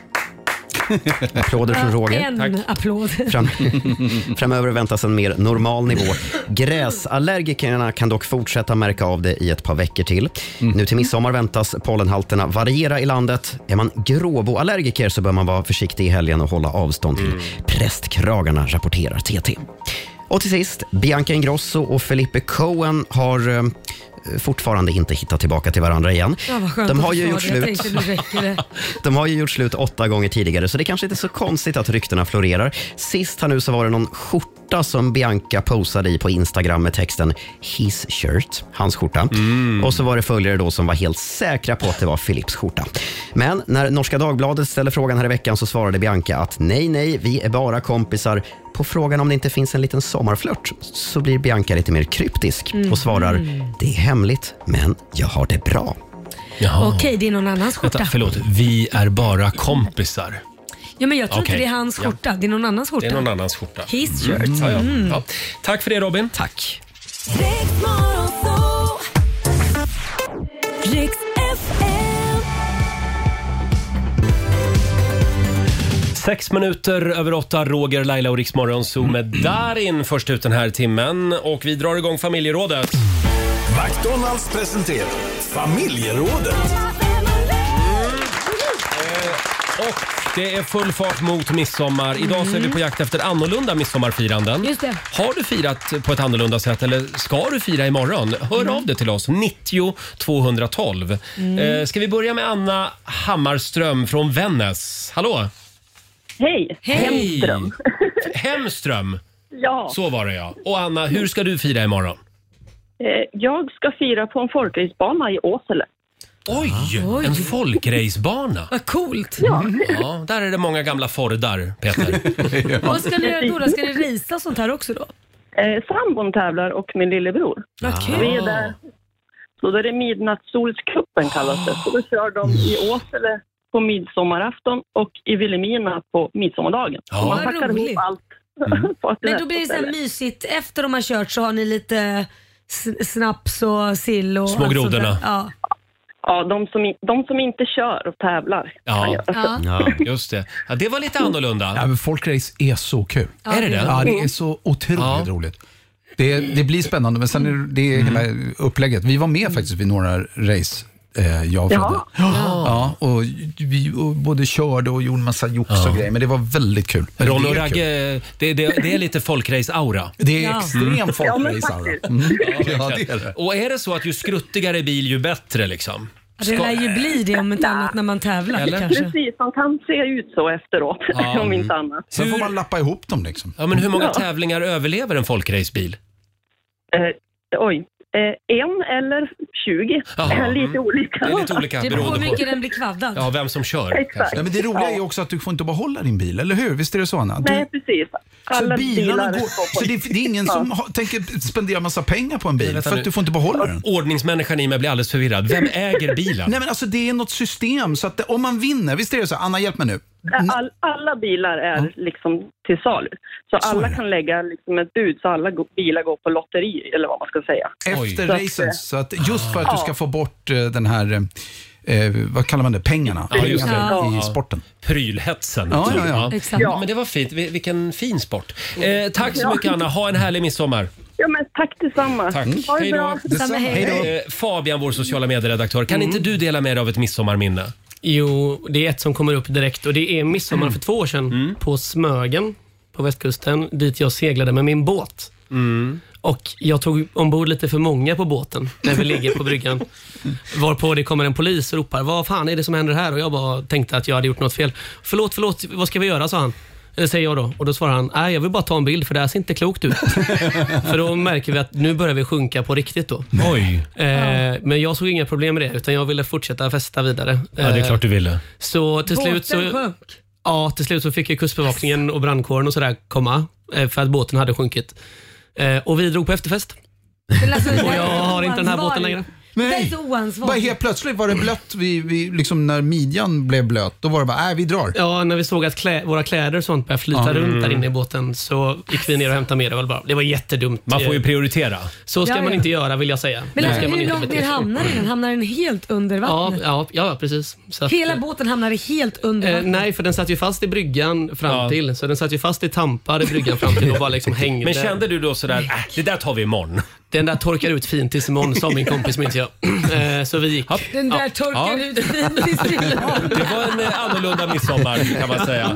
Applåder från Roger. En Tack. applåd. Fram, framöver väntas en mer normal nivå. Gräsallergikerna kan dock fortsätta märka av det i ett par veckor till. Mm. Nu till midsommar väntas pollenhalterna variera i landet. Är man gråboallergiker så bör man vara försiktig i helgen och hålla avstånd till mm. prästkragarna, rapporterar T T. Och till sist, Bianca Ingrosso och Felipe Cohen har eh, fortfarande inte hittat tillbaka till varandra igen. Ja, vad skönt de har att ju få gjort det. slut. Jag tänkte, nu räcker det. De har ju gjort slut åtta gånger tidigare, så det är kanske inte är så konstigt att ryktena florerar. Sist här nu så var det någon skjorta som Bianca posade i på Instagram med texten His shirt, hans skjorta. Mm. Och så var det följare då som var helt säkra på att det var Philips skjorta. Men när Norska Dagbladet ställde frågan här i veckan så svarade Bianca att nej, nej, vi är bara kompisar. På frågan om det inte finns en liten sommarflört så blir Bianca lite mer kryptisk mm. och svarar, det är hemligt, men jag har det bra. Jaha. Okej, det är någon annans skjorta. Vänta, förlåt, vi är bara kompisar. Ja, men jag tror Okej. inte det är hans Ja. skjorta. Det är någon annans skjorta. Det är någon annans skjorta. His shirt. Mm. Ja, ja. Mm. Ja. Tack för det Robin. Tack. Riks F M. Sex minuter över åtta, Roger, Laila och Riksmorgon Zoom med Darin först ut den här timmen. Och vi drar igång familjerådet. McDonalds presenterar familjerådet. Och det är full fart mot midsommar. Idag så är vi på jakt efter annorlunda midsommarfiranden. Just det. Har du firat på ett annorlunda sätt eller ska du fira imorgon? Hör Mm. av dig till oss, nittio tvåhundratolv. Mm. Eh, ska vi börja med Anna Hammarström från Vännäs. Hallå! Hej! Hemström. Hemström, Ja, så var det ja. Och Anna, hur ska du fira imorgon? eh, jag ska fira på en folkracebana i Åsele. Oj, Oj. en folkracebana. Vad coolt. Ja. Ja, där är det många gamla Fordar, Peter. Vad ska ni göra då? då? Ska ni risa och sånt här också då? Eh, sambon tävlar och min lillebror. Vad kul. Vi är där. Så då är det midnattssolskuppen kallas det. Så då kör de i Åsele på midsommarafton och i Vilhelmina på midsommardagen. Ja. Så man Vad packar roligt. ihop allt. på ett Men då blir det så här ställe. mysigt. Efter de har kört så har ni lite s- snaps och sill och Små allt sånt där. grodorna. Ja. Ja, de som, i- de som inte kör och tävlar kan Ja. göra så. Ja. Ja, just det. Ja, det var lite annorlunda. Ja, men folkrace är så kul. Ja, Är det det? Ja, det är så otroligt Ja. roligt. Det, det blir spännande, men sen är det, det är hela upplägget. Vi var med faktiskt vid några race, eh, jag och Fredde. Ja. Ja, och vi och både körde och gjorde en massa jox och grejer, men det var väldigt kul. Ron och Det är kul. Ragge, det, det, det är lite folkrace-aura. Det är Ja. extrem Ja, men folkrace. faktiskt. Mm. Ja, Ja, verkligen. det är det. Och är det så att ju skruttigare bil ju bättre liksom? Ja, det lär ju bli det om inte annat när man tävlar Eller? kanske. Precis, de kan se ut så efteråt, Ja. om inte annat. Sen får Hur- man lappa ihop dem liksom. Ja, men hur många Ja. tävlingar överlever en folkracebil? Eh, oj, eh, en eller tjugo. Jaha. Lite olika. Det är lite olika Det beror på beroende hur på mycket den blir kvaddad. ja, vem som kör. Exakt. kanske. Ja, men det roliga är ju också att du får inte behålla din bil, eller hur? Visst är det så, Anna? Du, Nej, precis. Alla så bilarna bilar går, står så på. det, det är ingen som har, tänker spendera massa pengar på en bil Vänta för nu. att du får inte behålla den. Ordningsmänniskan i mig blir alldeles förvirrad. Vem äger bilen? Nej men alltså det är något system så att det, om man vinner, visst är det så? Anna hjälp mig nu. All, alla bilar är liksom till salu. Så, Så är alla det. kan lägga liksom ett bud, så alla go- bilar går på lotteri, eller vad man ska säga. Efter Oj. racen, så att just för att Ja. du ska få bort eh, den här, eh, vad kallar man det, pengarna, Ja, just det. pengarna i Ja. sporten. Prylhetsen. Ja, ja, ja. Exakt. Ja, men det var fint. Vil- Vilken fin sport. Eh, tack så mycket Anna. Ha en härlig midsommar. Ja, men tack detsamma. Tack. Ha det Hej då. bra. Detsamma, hej då. Eh, Fabian, vår sociala medieredaktör. Kan inte du dela med dig av ett midsommarminne? Jo, det är ett som kommer upp direkt och det är midsommar Mm. för två år sedan på Smögen på västkusten dit jag seglade med min båt. Mm. Och jag tog ombord lite för många på båten när vi ligger på bryggan. Varpå det kommer en polis och ropar, vad fan är det som händer här? Och jag bara tänkte att jag hade gjort något fel. Förlåt, förlåt, vad ska vi göra, sa han. Eller säger jag då. Och då svarar han, nej jag vill bara ta en bild för det här ser inte klokt ut. För då märker vi att nu börjar vi sjunka på riktigt då. Oj. Eh, men jag såg inga problem med det utan jag ville fortsätta festa vidare. Ja, det är Eh, klart du ville. Så till slut Båten så... sjönk. Ja, till slut så fick ju kustbevakningen och brandkåren och sådär komma eh, för att båten hade sjunkit. Eh, och vi drog på efterfest. Men alltså, det Och där jag är har inte den här båten oansvarigt. längre. Det är Nej, så bara oansvarigt. helt plötsligt var det blött, vi, vi, liksom när midjan blev blöt, då var det bara, nej vi drar. Ja, när vi såg att klä, våra kläder och sånt började flyta Mm. runt där inne i båten så gick vi ner och hämtade med det. Väl bara. Det var jättedumt. Man får ju prioritera. Så ska Ja, man ja. inte göra vill jag säga. Men Då alltså, ska man hur inte långt bete ner sig. hamnar den? Hamnar den helt under Ja, vattnet? ja, ja, precis. Så att, Hela båten hamnar helt under eh, vattnet? nej, för den satt ju fast i bryggan fram Ja. till. Så den satt ju fast i tampar i bryggan fram till och bara liksom hängde. Men kände du då sådär, äh, det där tar vi imorgon? Den där torkar ut fint tills imorgon, sa min kompis, minns jag. Eh, så vi gick. Den där Ja. torkar Ja. ut fint i imorgon. Det var en eh, annorlunda midsommar kan man säga.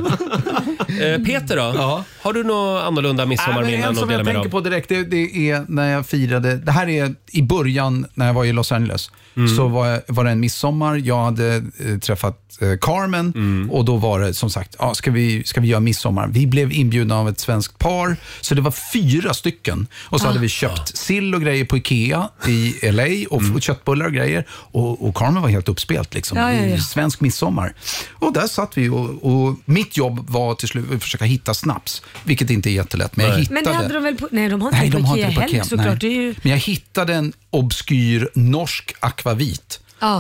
Eh, Peter då? Ja. Har du några annorlunda Ja, men midsommarminnen en att som dela jag med dig tänker av? på direkt, det, det är när jag firade, det här är i början när jag var i Los Angeles. Så var, jag- var det en midsommar, jag hade eh, träffat eh, Carmen och då var det som sagt, ja, ska, vi, ska vi göra midsommar? Vi blev inbjudna av ett svenskt par, så det var fyra stycken. Och så hade vi köpt sill och grejer på Ikea i L A och mm. köttbullar och grejer. Och, och Carmen var helt uppspelt liksom. Ja, ja, ja. Svensk midsommar. Och där satt vi och, och mitt jobb var till slut att försöka hitta snaps, vilket inte är jättelätt. Men jag hittade... Men det hade de väl på... Nej, de har inte Nej, det de på har Ikea inte det på heller Ikea. såklart. Nej. Det är ju... Men jag hittade en obskyr norsk akvavit. Ja.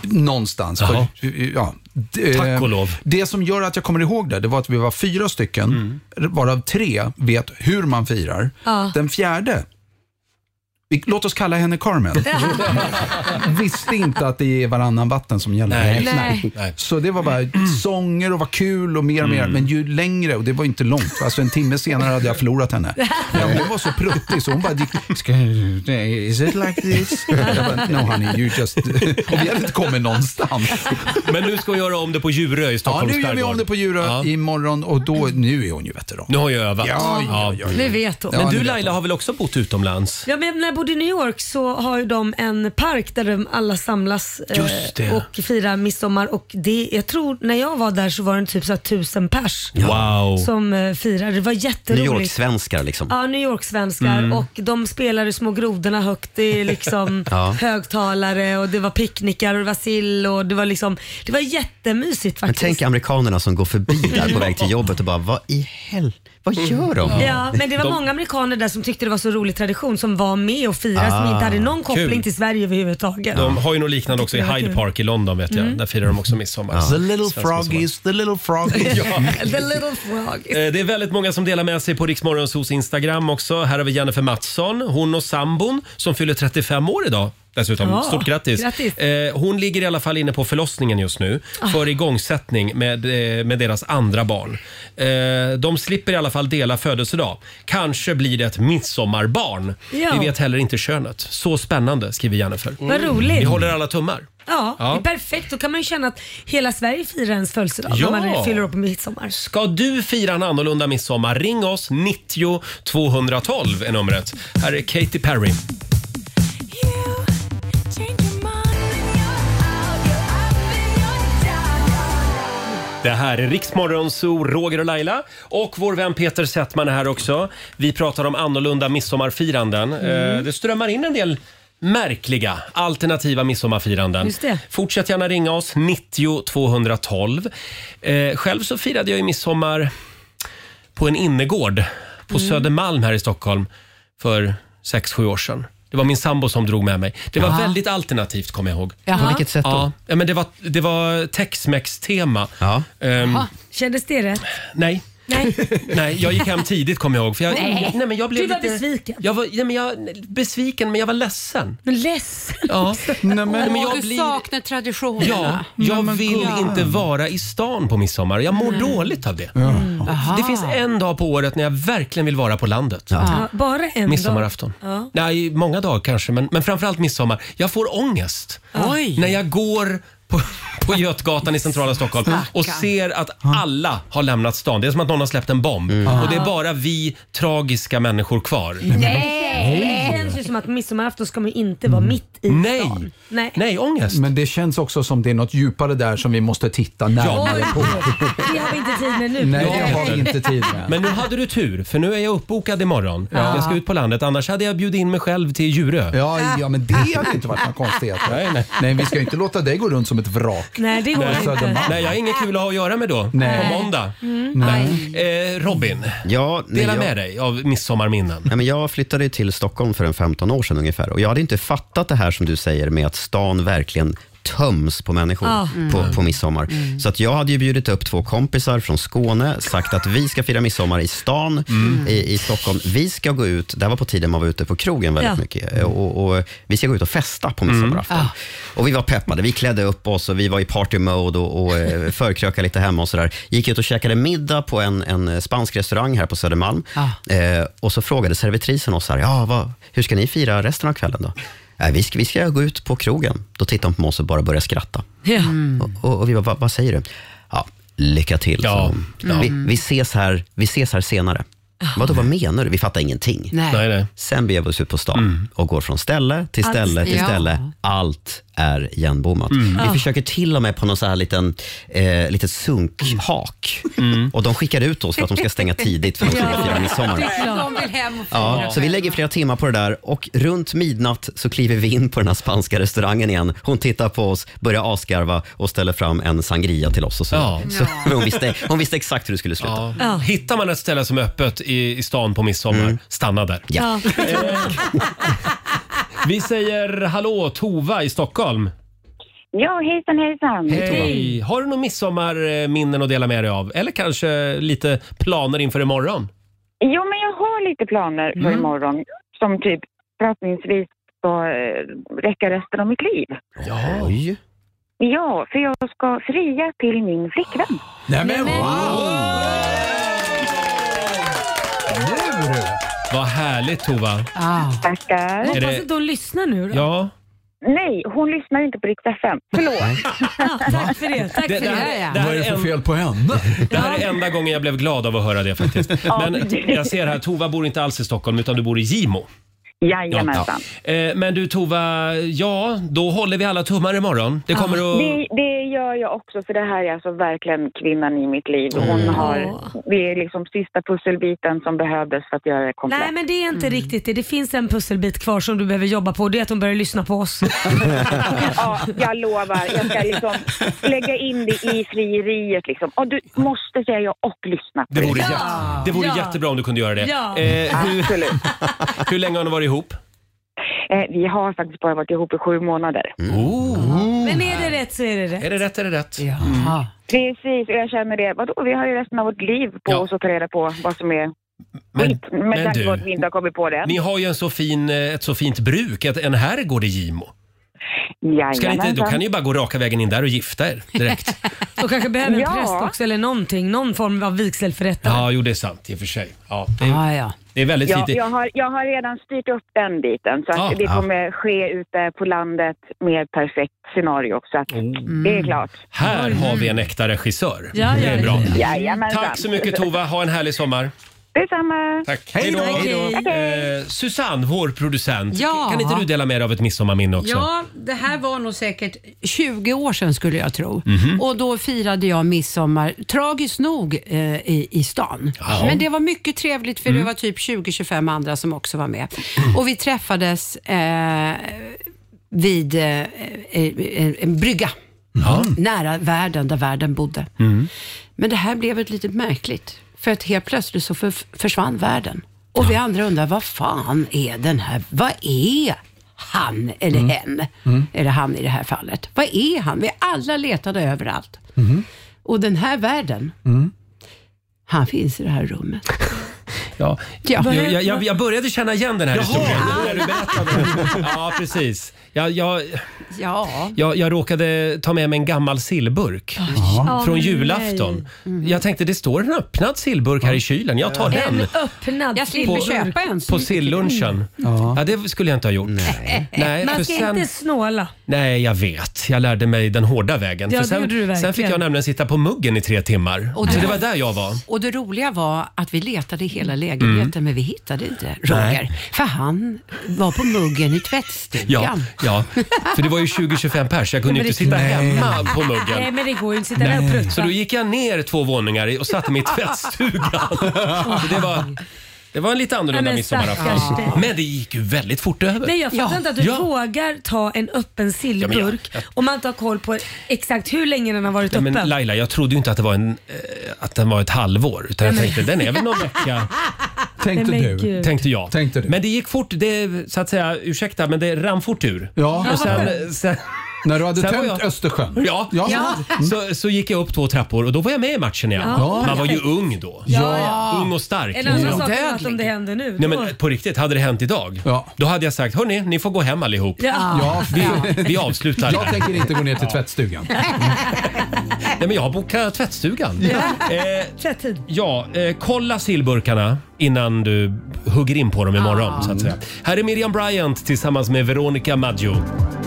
Någonstans. För, ja, det, Tack och lov. Det som gör att jag kommer ihåg det, det var att vi var fyra stycken, mm. varav tre vet hur man firar. Ja. Den fjärde, vi, låt oss kalla henne Carmen. Visste inte att det är varannan vatten som gäller. Nej. Nej. Nej. Så det var bara sånger och var kul och mer och mer. Mm. Men ju längre, och det var inte långt. Alltså en timme senare hade jag förlorat henne. Ja, hon var så pruttig så hon bara gick, Ska, is it like this? Jag bara, no honey, you just... Och vi hade inte kommit någonstans. Men nu ska vi göra om det på Djurö i Stockholms skärgård. Ja, nu gör vi om det på Djurö ja. imorgon och då, nu är hon ju veteran. Nu har jag övat. Ja, ja, ja, ja. Nu vet hon. Men du Laila har väl också bott utomlands? Ja, men när jag bodde i New York så har ju de en park där de alla samlas eh, och firar midsommar och det, jag tror när jag var där så var det typ så här tusen pers wow. som eh, firade. Det var jätteroligt. New York-svenskar liksom. Ja, New York-svenskar Mm. och de spelade små grodorna högt. Det är liksom ja. högtalare och det var picknickar och det var sill och det var liksom, det var jättemysigt faktiskt. Men tänk amerikanerna som går förbi där på väg till jobbet och bara, vad i helvete? Vad gör de? Ja, men det var de... många amerikaner där som tyckte det var så rolig tradition som var med och firade ah, som inte hade någon koppling kul. till Sverige överhuvudtaget. De har ju något liknande också i Hyde Park i London vet jag. Mm. Där firar de också midsommar. Ja. The little froggies, the little froggies. ja. The little froggies. Det är väldigt många som delar med sig på Riksmorgonsos Instagram också. Här har vi Jennifer Mattsson, hon och sambon som fyller trettiofem år idag. Dessutom, ja, stort grattis. grattis. Eh, hon ligger i alla fall inne på förlossningen just nu ah. för igångsättning med, eh, med deras andra barn. Eh, de slipper i alla fall dela födelsedag. Kanske blir det ett midsommarbarn. Ja. Vi vet heller inte könet. Så spännande, skriver Jennifer. Vad roligt. Vi håller alla tummar. Ja, Ja. det är perfekt. Då kan man ju känna att hela Sverige firar ens födelsedag Ja. när man fyller upp på midsommar. Ska du fira en annorlunda midsommar? Ring oss, nittio tvåhundratolv är numret. Här är Katy Perry. Det här är Riksmorgon Zoo, Roger och Laila och vår vän Peter Settman är här också. Vi pratar om annorlunda midsommarfiranden. Mm. Det strömmar in en del märkliga alternativa midsommarfiranden. Just det. Fortsätt gärna ringa oss, nittio tvåhundratolv. Eh, själv så firade jag i midsommar på en innergård på mm. Södermalm här i Stockholm för sex sju år sedan. Det var min sambo som drog med mig. Det var Jaha. väldigt alternativt, kommer jag ihåg. Jaha. På vilket sätt då? Ja, ja, men det var, det var Tex-Mex-tema. Ja. Um, Kändes det rätt? nej. Nej. Nej, jag gick hem tidigt kommer jag ihåg. För jag, Nej. nej men jag blev Du var lite, besviken. Jag var nej, men jag, besviken, men jag var ledsen. Men ledsen? Ja. Nej, men, men jag du blir- saknar traditionerna. Ja, jag men vill gud. inte vara i stan på midsommar. Jag mår dåligt av det. Mm. Det finns en dag på året när jag verkligen vill vara på landet. Ja, bara en Midsommarafton. dag. Ja. Nej, många dagar kanske, men, men framförallt midsommar. Jag får ångest. Oj. När jag går på, på Götgatan i centrala Stockholm och ser att alla har lämnat stan. Det är som att någon har släppt en bomb. Och det är bara vi tragiska människor kvar. Nej, det känns ju som att midsommarafton ska man ju inte vara mitt i Nej. stan. Nej. Nej, ångest. men det känns också som det är något djupare där som vi måste titta närmare på. Det har vi inte tid med nu. Nej, det har vi inte tid med. Men nu hade du tur, för nu är jag uppbokad imorgon. Jag ska ut på landet, annars hade jag bjudit in mig själv till Djurö. Ja, ja, men det hade inte varit något konstigt. Nej, nej. Nej, vi ska ju inte låta dig gå runt som ett vrak. Nej, det går Nej. inte. Nej, jag har inget kul att ha att göra med då. Nej. På måndag. Mm. Nej. Eh, Robin, Ja, nej, dela jag, med dig av midsommarminnen. nej, men jag flyttade ju till Stockholm för en femton år sedan ungefär och jag hade inte fattat det här som du säger med att stan verkligen töms på människor Ah. på, på midsommar. Så att jag hade ju bjudit upp två kompisar från Skåne, sagt att vi ska fira midsommar i stan i, i Stockholm. Vi ska gå ut, det var på tiden man var ute på krogen väldigt Ja. mycket och, och vi ska gå ut och festa på midsommarafton. Ah. Och vi var peppade, vi klädde upp oss och vi var i party mode och, och eh, förkrökade lite hemma och sådär. Gick ut och käkade middag på en, en spansk restaurang här på Södermalm. Ah. Eh, och så frågade servitrisen oss här, ja, vad, hur ska ni fira resten av kvällen då? Nej, vi, ska, vi ska gå ut på krogen. Då tittade de på oss och bara började skratta. Ja. Och, och, och vi bara, vad, vad säger du? Ja, lycka till. Ja. Så, vi, vi, ses här, vi ses här senare. Vadå, vad menar du? Vi fattar ingenting. Nej. Nej, nej. Sen beger vi oss ut på stan Mm. och går från ställe till ställe Allt- till ja. ställe. Allt är igenbommat. Mm. Vi försöker till och med på någon så här liten, eh, litet sunkhak. Mm. Och de skickar ut oss för att de ska stänga tidigt för att de ska fira midsommar. De vill hem och fira. Ja, så vi lägger flera timmar på det där och runt midnatt så kliver vi in på den här spanska restaurangen igen. Hon tittar på oss, börjar asgarva och ställer fram en sangria till oss. Och så. Ja. Så hon, visste, hon visste exakt hur det skulle sluta. Ja. Ja. Hittar man ett ställe som är öppet i, i stan på midsommar, stanna där. Ja. Vi säger hallå Tova i Stockholm. Ja, hejsan hejsan. Hej! Har du några midsommarminnen att dela med dig av? Eller kanske lite planer inför imorgon? Jo, men jag har lite planer för Mm. imorgon. Som typ förhoppningsvis ska eh, räcka resten av mitt liv. Ja. Oj. Ja, för jag ska fria till min flickvän. Nej men wow! Vad härligt, Tova. Ah. Tackar. Är Hoppas det- att de lyssnar nu då. Ja. Nej, hon lyssnar inte på Rix F M. Förlåt. Tack för det. Tack Det- för det det. här- det här är en- fel på henne? Det här är enda gången jag blev glad av att höra det faktiskt. Men jag ser här, Tova bor inte alls i Stockholm utan du bor i Gimo. Jajamensan. Eh, Men du Tova, ja, då håller vi alla tummar imorgon. Det kommer att... Det, det gör jag också, för det här är alltså verkligen kvinnan i mitt liv. Hon Mm. har, det är liksom sista pusselbiten som behövdes för att göra det komplett. Nej, men det är inte riktigt det. Det finns en pusselbit kvar som du behöver jobba på. Det är att de börjar lyssna på oss. Ja, jag lovar. Jag ska liksom lägga in det i frieriet liksom. Och du måste säga ja och lyssna. Det vore, Ja. jätte, det vore Ja. jättebra om du kunde göra det. Ja. Eh, hur, Absolut. hur länge har ni varit ihop? Eh, vi har faktiskt bara varit ihop i sju månader. Oh. Men är det rätt så är det rätt. Är det rätt är det rätt. Ja. Mm. Precis, och jag känner det. Vadå, vi har ju resten av vårt liv på Ja. oss att ta reda på vad som är Men, skit. Med men tanke på att du, vi inte har kommit på det. ni har ju en så fin, eh, ett så fint bruk, ett, en herrgård i Gimo. Ska ni inte, då kan ni ju bara gå raka vägen in där och gifta er direkt. Och kanske behöver en Ja. präst också eller någonting. Någon form av vigselförrättare. Ja, jo det är sant i och för sig. Ja, det, Ah, ja. det är väldigt Ja, fint. jag, har, jag har redan styrt upp den biten så att Ja. det Ja. kommer ske ute på landet med perfekt scenario. Så att det är klart. Här har vi en äkta regissör. Ja, det är ja, bra. ja. Jajamensan. Tack så mycket Tova, ha en härlig sommar. Detsamma. Tack. Hej då. Hej då. Eh, Susanne, vår producent. Ja. Kan inte du dela med dig av ett midsommarminne också? Ja, det här var nog säkert tjugo år sedan skulle jag tro. Mhm. Och då firade jag midsommar, tragiskt nog, eh, i, i stan. Jaha. Men det var mycket trevligt för Mm. det var typ tjugo till tjugofem andra som också var med. Och vi träffades eh, vid eh, eh, en brygga. Ja. Nära världen, där världen bodde. Mm. Men det här blev ett lite märkligt. För att helt plötsligt så för, försvann världen. Och vi andra undrar, vad fan är den här, vad är han eller Mm. hen? Mm. Eller han i det här fallet. Vad är han? Vi alla letade överallt. Mm. Och den här världen, Mm. han finns i det här rummet. Ja. Ja. Jag, jag, jag, jag började känna igen den här Jaha. historien när du berättade. Ja, precis. Jag, jag, Ja. jag, jag råkade ta med mig en gammal sillburk Ja, från men julafton. nej. Jag tänkte, det står en öppnad sillburk här i kylen. Jag tar den. En öppnad Jag slipper På- köpa en. På sillunchen. Ja, det skulle jag inte ha gjort. Nej, Nej Man för ska sen, inte snåla. nej, jag vet. Jag lärde mig den hårda vägen. Ja, för det sen, gjorde du verkligen. sen fick jag nämligen sitta på muggen i tre timmar. Och Så det- det var där jag var. Och det roliga var att vi letade i hela lägenheten Mm. men vi hittade inte Roger. Nej. För han var på muggen i Ja, tvättstugan. ja, för det var ju tjugo till tjugofem pers. Jag kunde Men ju det- inte sitta Nej. hemma på Nej, muggen. men det går ju inte att sitta där och prutta. Så då gick jag ner två våningar och satte mig i tvättstugan. Så det var, det var en lite annorlunda Nej, men midsommarafton. stackars dig. Men det gick ju väldigt fort över. Nej, jag fattar inte att du Ja. vågar ta en öppen Ja, men sillburk jag- om man inte har koll på exakt hur länge den har varit Ja, men öppen. Laila, jag trodde ju inte att det var, en, eh, att den var ett halvår. Utan jag Nej, men- tänkte, den är väl någon vecka. Tänkte Nej, men du? gud. Tänkte jag. Tänkte du? Men det gick fort, det, så att säga, ursäkta, men det rann fort ur. Ja. Och sen, sen, När du hade sen var tömt jag- Östersjön? Ja, Ja. Så, så gick jag upp två trappor och då var jag med i matchen igen. Ja. Man var ju ung då. Ja, ja. Ung och stark. En annan liksom. sak är att om det händer nu. Nej, då- men på riktigt, hade det hänt idag, Ja. då hade jag sagt, hörni, ni får gå hem allihop. Ja. Ja, Vi, vi avslutar. jag tänker inte gå ner till tvättstugan. Nej, men jag har bokat tvättstugan. Eh, Tvättid. ja, eh, kolla sillburkarna innan du hugger in på dem imorgon, så att säga. Här är Miriam Bryant tillsammans med Veronica Maggio.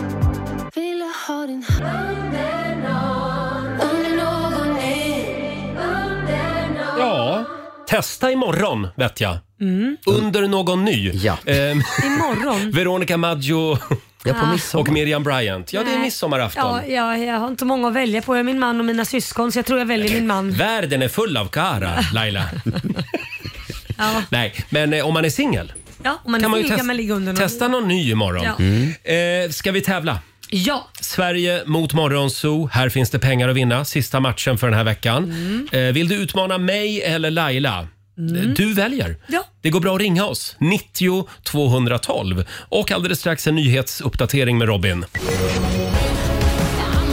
Ja, testa imorgon, vet jag. Under någon ny. Ja. Ehm, Imorgon. Veronica Maggio Ja, på midsommar. och Miriam Bryant. Ja, det är Nej. midsommarafton. Ja, ja, jag har inte många att välja på. Jag har min man och mina syskon så jag tror jag väljer min man. Världen är full av karar, Laila. Ja, Nej, men eh, om man är singel ja om man är kan man ju singel kan test- man ligga under någon. testa någon ny imorgon. Ja. Eh, ska vi tävla? Ja. Sverige mot Morgonzoo. Här finns det pengar att vinna. Sista matchen för den här veckan. Mm. Eh, vill du utmana mig eller Laila? Du väljer. Ja. Det går bra att ringa oss. nittio tvåhundratolv. Och alldeles strax en nyhetsuppdatering med Robin.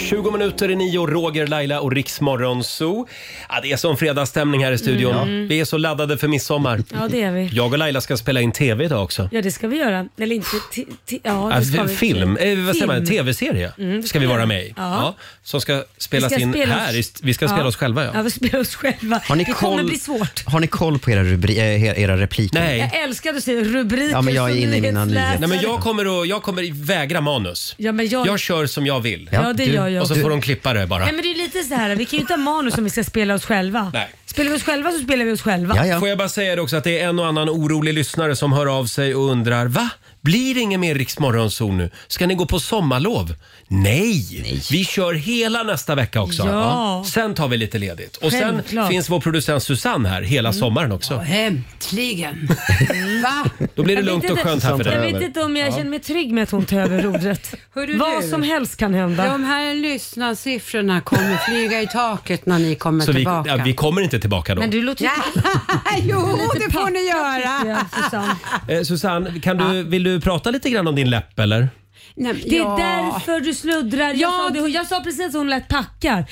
tjugo minuter i nio, Roger, Laila och Riksmorgon Zoo. Ja, det är som fredagsstämning här i studion. Mm. Vi är så laddade för midsommar. Ja, det är vi. Jag och Laila ska spela in tv idag också. Ja, det ska vi göra. Eller inte... T- t- ja, det ska Ja, vi. film, eh, vad säger man, Film. tv-serie Mm, ska vi vara med i. Ja. Ja, som ska spelas Vi ska in spela här. oss- Vi ska spela Ja. oss själva. Ja. Ja, vi spelar oss själva. Har ni det kommer koll- bli svårt. Har ni koll på era, rubri- äh, era repliker? Nej. Jag älskar att du säger rubriker Ja, men jag är som inne i mina nyhetsläsare. Nej, men jag kommer att jag kommer vägra manus. Ja, men jag... Jag kör som jag vill. Ja, det gör jag Och så också. får de klippa det bara. Nej, men det är lite så här. Vi kan ju inte ha manus om vi ska spela oss själva. Nej. Spelar vi oss själva så spelar vi oss själva. Får jag bara säga det också att det är en och annan orolig lyssnare som hör av sig och undrar, va? Blir det ingen mer Rix Morgonzoo nu? Ska ni gå på sommarlov? Nej. Nej, vi kör hela nästa vecka också. Ja. Sen tar vi lite ledigt. Och sen Självklart. finns vår producent Susanne här hela sommaren också. Äntligen! Va? Då blir det Jag lugnt vet och inte- skönt här för Jag dig. vet inte om jag Ja. känner mig trygg med att hon tar över rodret. Hörru Vad du. som helst kan hända. De här lyssnarsiffrorna kommer flyga i taket när ni kommer Så vi, tillbaka. ja, vi kommer inte tillbaka då. Men du låter ju... Jo, det får ni göra. Susanne. Eh, Susanne, kan du, vill du prata lite grann om din läpp eller? Nej, Det är ja. därför du sluddrar. Jag, Ja, sa, det, jag sa precis att hon lät packar.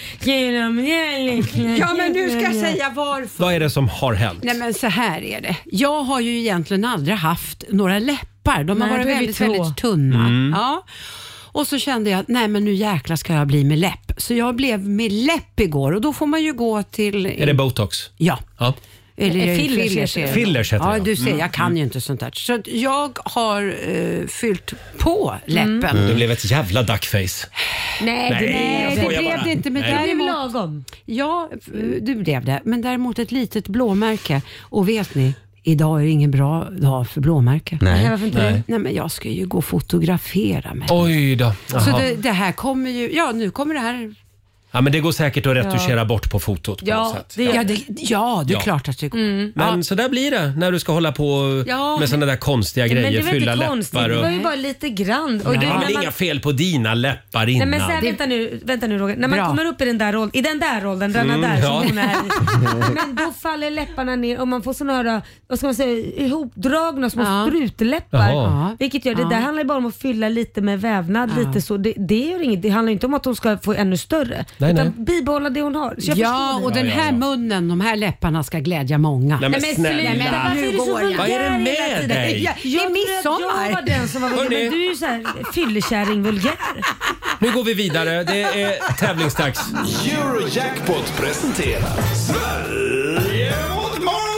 Ja, men nu ska jag säga varför. Vad är det som har hänt? Nej, men så här är det. Jag har ju egentligen aldrig haft några läppar. De har Nej, varit då är vi väldigt, två. väldigt tunna. Mm. Ja. Och så kände jag, nej men nu jäklar ska jag bli med läpp. Så jag blev med läpp igår och då får man ju gå till... Är det botox? Ja. Ja. Eller Fillers fillers, heter är det. det. Fillers heter ja, det, ja. du ser, Mm. jag kan ju inte sånt där. Så att jag har eh, fyllt på läppen. Mm. Det blev ett jävla duckface. Nej, det, Nej, jag det skojar blev bara. det inte. Men Nej. Det blev däremot, lagom. ja, du blev det. Men däremot ett litet blåmärke. Och vet ni, idag är det ingen bra dag för blåmärke. Nej. Varför inte Nej. det? Nej, men jag ska ju gå och fotografera mig. Oj då. Så Jaha. det, det här kommer ju, ja nu kommer det här. Ja, men det går säkert att retuschera bort på fotot på Ja, något sätt. det gör Ja, det, ja, det är Ja. klart att det går. Mm. Men Ja. så där blir det när du ska hålla på Ja, med såna där konstiga Men det grejer, var fylla inte konstigt. läppar Det och... var ju bara lite grann. Och Det du, är när väl man- inga fel på dina läppar Nej, innan? men så här, vänta nu, vänta nu Roger. När man Bra. kommer upp i den där rollen, i den där rollen, denna Mm, där ja. som hon är i. Men då faller läpparna ner och man får såna här, vad ska man säga, ihopdragna små Ja. strutläppar. Jaha. Vilket gör, det Ja. där handlar ju bara om att fylla lite med vävnad, Ja. lite så. Det, det gör inget, det handlar inte om att hon ska få ännu större. Nej, utan nej. bibehålla det hon har. Så jag Ja, förstår och det. den Ja, ja, här ja. munnen, de här läpparna ska glädja många. Nej, men Nej, men snälla. sluta, men varför nu är du så går jag. vulgär Vad är det hela med tiden? dig? Ja, det är Jag trodde midsommar. att jag var den som var vulgär, Hörni. men du är ju såhär fyllekärring vulgär. Nu går vi vidare. Det är tävlingsdags. Eurojackpot presenterar Sverige mot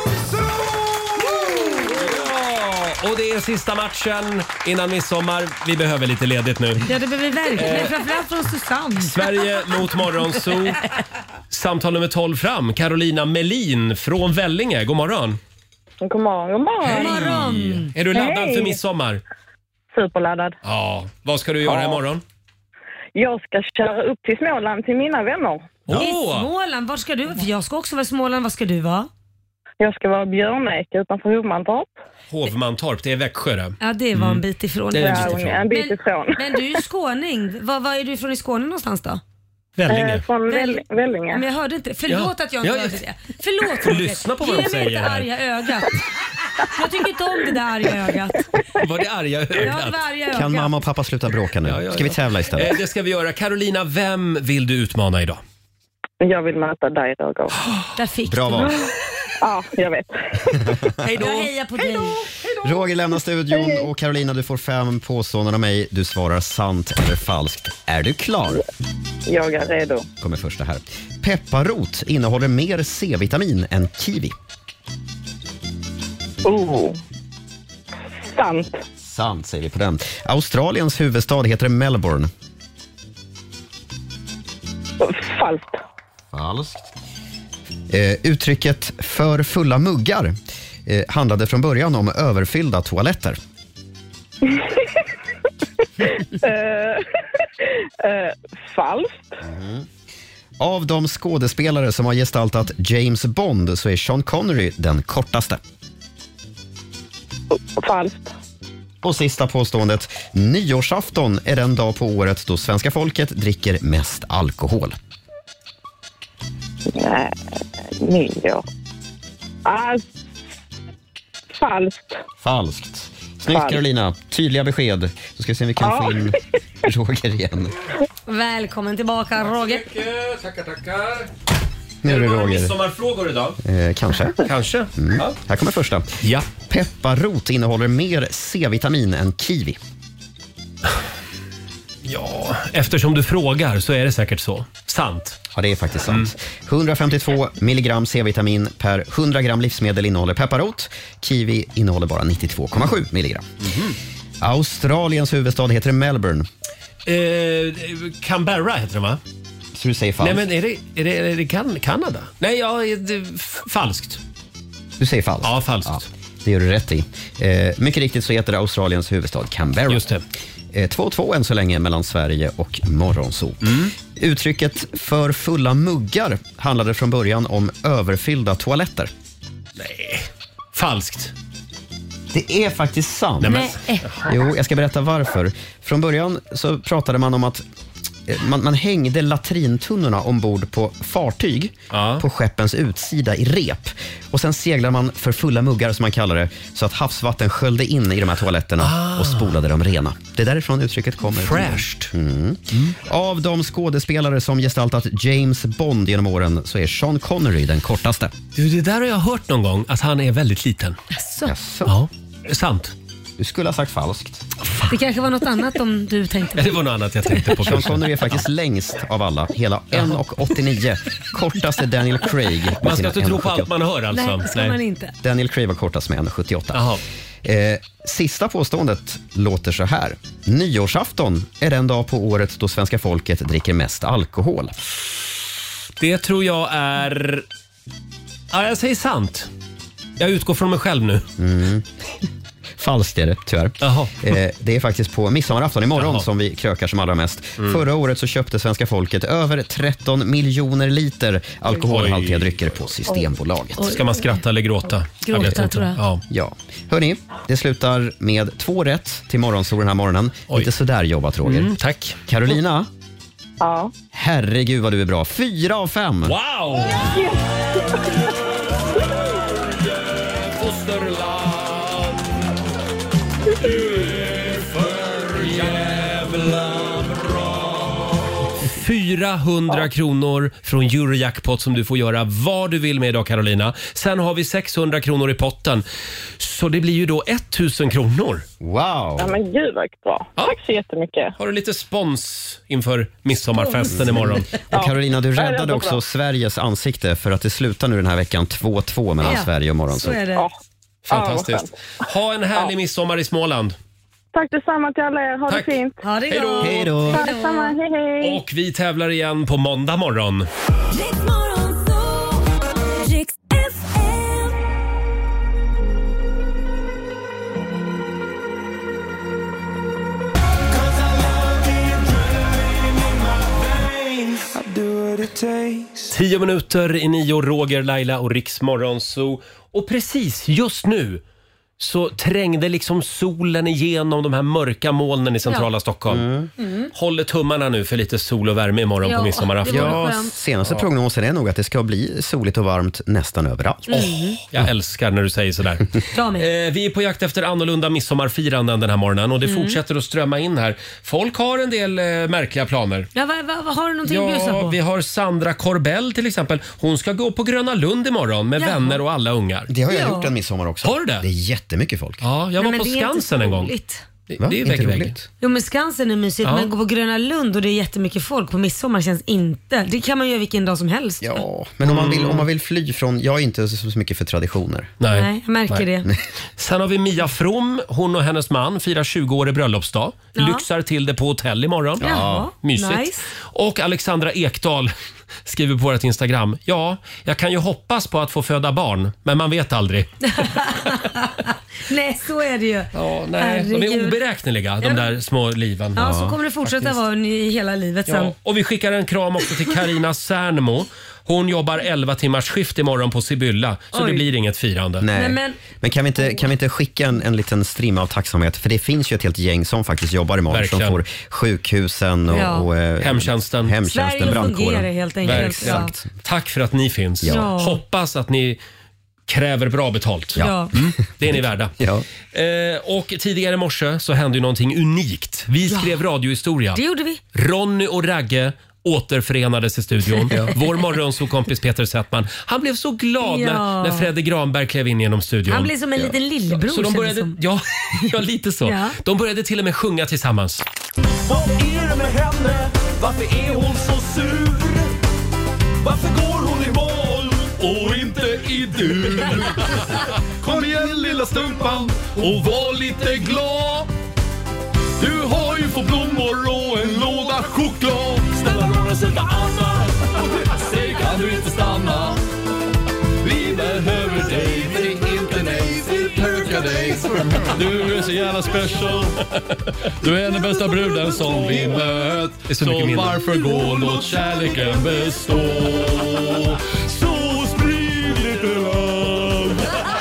Monzo! Och det är sista matchen innan midsommar. Vi behöver lite ledigt nu. Ja, det behöver vi verkligen. Eh. Framförallt från Susanne. Sverige mot Morgonzoo. Samtal nummer tolv fram. Carolina Melin från Vellinge. God morgon. God morgon, god morgon. God morgon. Är du laddad Hej. för midsommar? Superladdad. Ja. Vad ska du göra Ja. imorgon? Jag ska köra upp till Småland till mina vänner. I Åh! Småland, var ska du? För jag ska också vara i Småland, var ska du vara? Jag ska vara i Björnäck utanför Hovmantorp. Hovmantorp, det är Växjö det. Ja, det var en bit ifrån. Det är en Ja, bit ifrån. en bit Men- ifrån. Men du är ju skåning. Var, var är du ifrån i Skåne någonstans då? Vellinge. Eh, från Väl- Väll- Vällinge. Men jag hörde inte. Förlåt Ja. att jag inte Ja, ja. hörde det. Förlåt Roger. Lyssna på vad Ge de mig säger inte här. arga ögat. Jag tycker inte om det där arga ögat. Var det arga Ja, det ögat? var arga ögat. Kan mamma och pappa sluta bråka nu? Ja, ja, Ska vi ja. tävla istället? Eh, det ska vi göra. Carolina, vem vill du utmana idag? Jag vill möta dig Roger. Där fick Bra du. val. Ja, jag vet. Hej då! Jag hejar på dig. Roger lämnar studion och Carolina, du får fem påståenden av mig. Du svarar sant eller falskt. Är du klar? Jag är redo. Kommer första här. Pepparrot innehåller mer C-vitamin än kiwi. Oh. Sant. Sant säger vi på den. Australiens huvudstad heter Melbourne. Falskt. Falskt. Eh, uttrycket för fulla muggar eh, handlade från början om överfyllda toaletter. Eh, eh, falskt. Av de skådespelare som har gestaltat James Bond så är Sean Connery den kortaste. Falskt. Och sista påståendet. Nyårsafton är den dag på året då svenska folket dricker mest alkohol. Nej, nyår. Ah, falskt. Falskt. Snyggt Falskt. Carolina. Tydliga besked. Så ska vi se om vi kan Ja. få in Roger igen. Välkommen tillbaka Roger. Tackar, tackar. Nu är det Roger. Midsommarfrågor idag? Eh, kanske. Kanske. Mm. Ja. Här kommer första. Ja. Pepparrot innehåller mer C-vitamin än kiwi. Ja, eftersom du frågar så är det säkert så. Sant. Ja, det är faktiskt sant. hundrafemtiotvå milligram C-vitamin per hundra gram livsmedel innehåller pepparrot. Kiwi innehåller bara nittiotvå komma sju milligram. Mm. Australiens huvudstad heter Melbourne. Eh, Canberra heter det, va? Så du säger falskt? Nej, men är det, är det, är det kan, Kanada? Nej, ja, det, f- falskt. Du säger falskt? Ja, falskt. Ja, det gör du rätt i. Eh, mycket riktigt så heter det Australiens huvudstad Canberra. Just det. Eh, två två än så länge mellan Sverige och Morgonzoo. Mm. Uttrycket för fulla muggar handlade från början om överfyllda toaletter. Nej, falskt. Det är faktiskt sant. Nej, men... Nej. Jo, jag ska berätta varför. Från början så pratade man om att man, man hängde latrintunnorna ombord på fartyg Ja. på skeppens utsida i rep. Och sen seglade man för fulla muggar som man kallar det, så att havsvatten sköljde in i de här toaletterna Ah. och spolade dem rena. Det är därifrån uttrycket kommer. Fräscht. Mm. Av de skådespelare som gestaltat James Bond genom åren så är Sean Connery den kortaste. Du, det där har jag hört någon gång, att han är väldigt liten. Jaså? Jaså? Ja, sant. Du skulle ha sagt falskt. Det kanske var något annat om du tänkte Ja, på. det var något annat jag tänkte på. Sean Connery är faktiskt längst av alla. Hela en komma åttionio. Kortast är Daniel Craig. med Man ska sina inte tro på en komma allt man hör alltså. Nej, det ska man inte. Daniel Craig var kortast med en komma sjuttioåtta. Jaha. Eh, sista påståendet låter så här. Nyårsafton är den dag på året då svenska folket dricker mest alkohol. Det tror jag är... Ja, jag säger sant. Jag utgår från mig själv nu. Mm. Falskt är det, tyvärr. Jaha. Eh, det är faktiskt på midsommarafton imorgon Jaha. som vi krökar som allra mest. Mm. Förra året så köpte svenska folket över tretton miljoner liter alkoholhaltiga Oj. drycker på Systembolaget. Oj. Ska man skratta eller gråta? Gråta, vet inte. tror jag. Ja. Ja. Hörni, det slutar med två rätt till Morgonzoo den här morgonen. Oj. Inte sådär jobbat, Roger. Mm, tack. Carolina, Ja. herregud vad du är bra. Fyra av fem. Wow! fyrahundra kronor från Eurojackpot som du får göra vad du vill med idag, Carolina. Sen har vi sexhundra kronor i potten. Så det blir ju då tusen kronor. Wow! Ja, men gud vad bra. Ja. Tack så jättemycket. Har du lite spons inför midsommarfesten imorgon? Och Carolina, du Ja, det räddade är också bra. Sveriges ansikte för att det slutar nu den här veckan två två mellan Ja, Sverige och Så Morgonzoo. är det. Ja. Fantastiskt. Ha en härlig midsommar i Småland. Tack detsamma till alla er. Ha Tack. det fint. Ha det Hej då. gott. Hej då. Tack detsamma. Hej, hej. Och vi tävlar igen på måndag morgon. Riks Morgonzoo, Riks F M. Tio minuter i nio, Roger, Laila och Riks Morgonzoo. Och precis just nu så trängde liksom solen igenom de här mörka molnen i centrala Ja. Stockholm. Mm. Håller tummarna nu för lite sol och värme imorgon Ja, på midsommarafton. det vore Ja, skönt. senaste prognosen är nog att det ska bli soligt och varmt nästan överallt. Mm. Jag älskar när du säger sådär. Jag med. Eh, vi är på jakt efter annorlunda midsommarfiranden den här morgonen och det Mm. fortsätter att strömma in här. Folk har en del eh, märkliga planer. Ja, vad, vad, vad har du någonting att bjussa Ja, på? vi har Sandra Korbell till exempel. Hon ska gå på Gröna Lund imorgon med Jaha. vänner och alla ungar. Det har jag Ja. gjort en midsommar också. Har du det? Det är jättemycket folk. Ja, jag var Nej, på men det är inte Skansen så en gång. roligt. Det, Va? det är Inte vägg i vägg. roligt. Jo men Skansen är mysigt, Ja. men gå på Gröna Lund och det är jättemycket folk på midsommar känns inte. Det kan man göra vilken dag som helst. Ja, men om man, vill, om man vill fly från... Jag är inte så, så mycket för traditioner. Nej. Nej, jag märker Nej. det. Sen har vi Mia From. Hon och hennes man firar tjugo år i bröllopsdag. Ja. Lyxar till det på hotell imorgon. Jaha, Mysigt. nice. Och Alexandra Ekdal skriver på vårt Instagram. Ja, jag kan ju hoppas på att få föda barn, men man vet aldrig. Nej, så är det ju. Ja, nej, de är Herregud. oberäkneliga, de Ja. där små liven. Ja, så kommer det fortsätta faktiskt. vara i hela livet sen. Ja, och vi skickar en kram också till Karina Särnmo. Hon jobbar elva timmars skift imorgon på Sibylla, så Oj. det blir inget firande. Nej. Nej, men men- kan, vi inte, kan vi inte skicka en, en liten strimma av tacksamhet? För det finns ju ett helt gäng som faktiskt jobbar imorgon. Verkligen. Som får sjukhusen och, Ja. och eh, Hemtjänsten. hemtjänsten, Sverige brandkåren. fungerar helt enkelt. Verkligen. Ja. Exakt. Tack för att ni finns. Ja. Hoppas att ni kräver bra betalt. Ja. Mm, det är ni värda. Ja. Eh, och tidigare i morse så hände ju någonting unikt. Vi skrev radiohistoria. Det gjorde vi. Ronny och Ragge återförenades i studion. Ja. Vår morgonsåkompis Peter Settman, han blev så glad Ja. när, när Fredrik Granberg klev in genom studion. Han blev som en liten lillebror. Så de kändes började, som. ja, ja, lite så. Ja. De började till och med sjunga tillsammans. Vad är det med henne? Varför är hon så sur? Varför går hon i mål och inte i dur? Kom igen lilla stumpan och var lite glad. Du har ju fått blommor och en låda choklad. Snälla röra sig vad annat. Säg kan du inte stanna. Vi behöver dig, säg inte nej, säg pöka dig. Du är så jävla special. Du är den bästa bruden som vi mött. så Så, mycket mindre. varför gå, låt kärleken bestå. Så sprid lite love.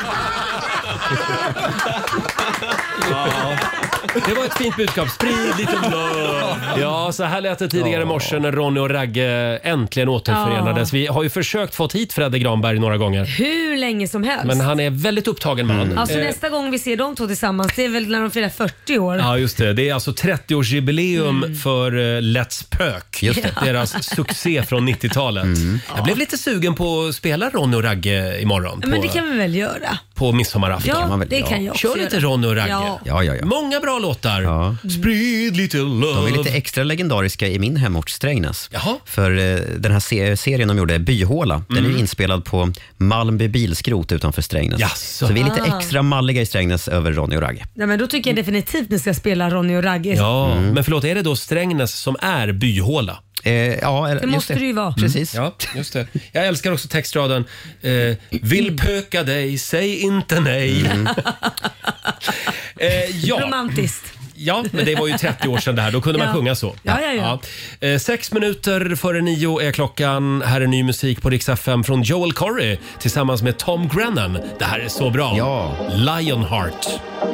Ja. Det var ett fint budskap. Sprid lite love. Ja, så här lät det tidigare i morse när Ronny och Ragge äntligen återförenades. Vi har ju försökt få hit Fredrik Granberg några gånger. Hur länge som helst. Men han är väldigt upptagen man. Mm. Alltså Eh, nästa gång vi ser de två tillsammans, det är väl när de firar fyrtio år. Ja, just det. Det är alltså trettioårsjubileum Mm. för uh, Let's Pök. Just det. Deras succé från nittiotalet. Mm. Jag blev lite sugen på att spela Ronny och Ragge imorgon. Men på, det kan vi väl göra? på midsommarafton. Ja, man väl- det ja. kan jag också Kör lite göra. Ronny och Ragge. Ja. Ja, ja, ja. Många bra låtar. Ja. Sprid lite love. De är lite extra legendariska i min hemort Strängnäs. Jaha. För eh, den här se- serien de gjorde, Byhåla, den är ju inspelad på Malmby bilskrot utanför Strängnäs. Jaså. Så vi är lite Ah. extra malliga i Strängnäs över Ronny och Ragge. Ja, men då tycker jag definitivt ni ska spela Ronny och Ragge. Ja, men förlåt, är det då Strängnäs som är Byhåla? Eh, ja, eller- Det just måste det ju vara. Precis. Ja, just det. Jag älskar också textraden eh, Vill pöka dig, säg inte nej. eh, ja. Romantiskt. Ja, men det var ju trettio år sedan det här. Då kunde man Ja. sjunga så. Ja, ja, ja. Eh, sex minuter före nio är klockan. Här är ny musik på Rix F M från Joel Corey tillsammans med Tom Grennan. Det här är så bra. Ja. Lionheart.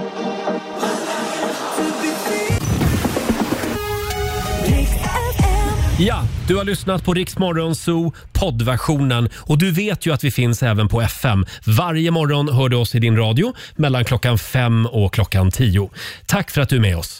Ja, du har lyssnat på Rix Morgon Zoo poddversionen och du vet ju att vi finns även på F M. Varje morgon hör du oss i din radio mellan klockan fem och klockan tio. Tack för att du är med oss.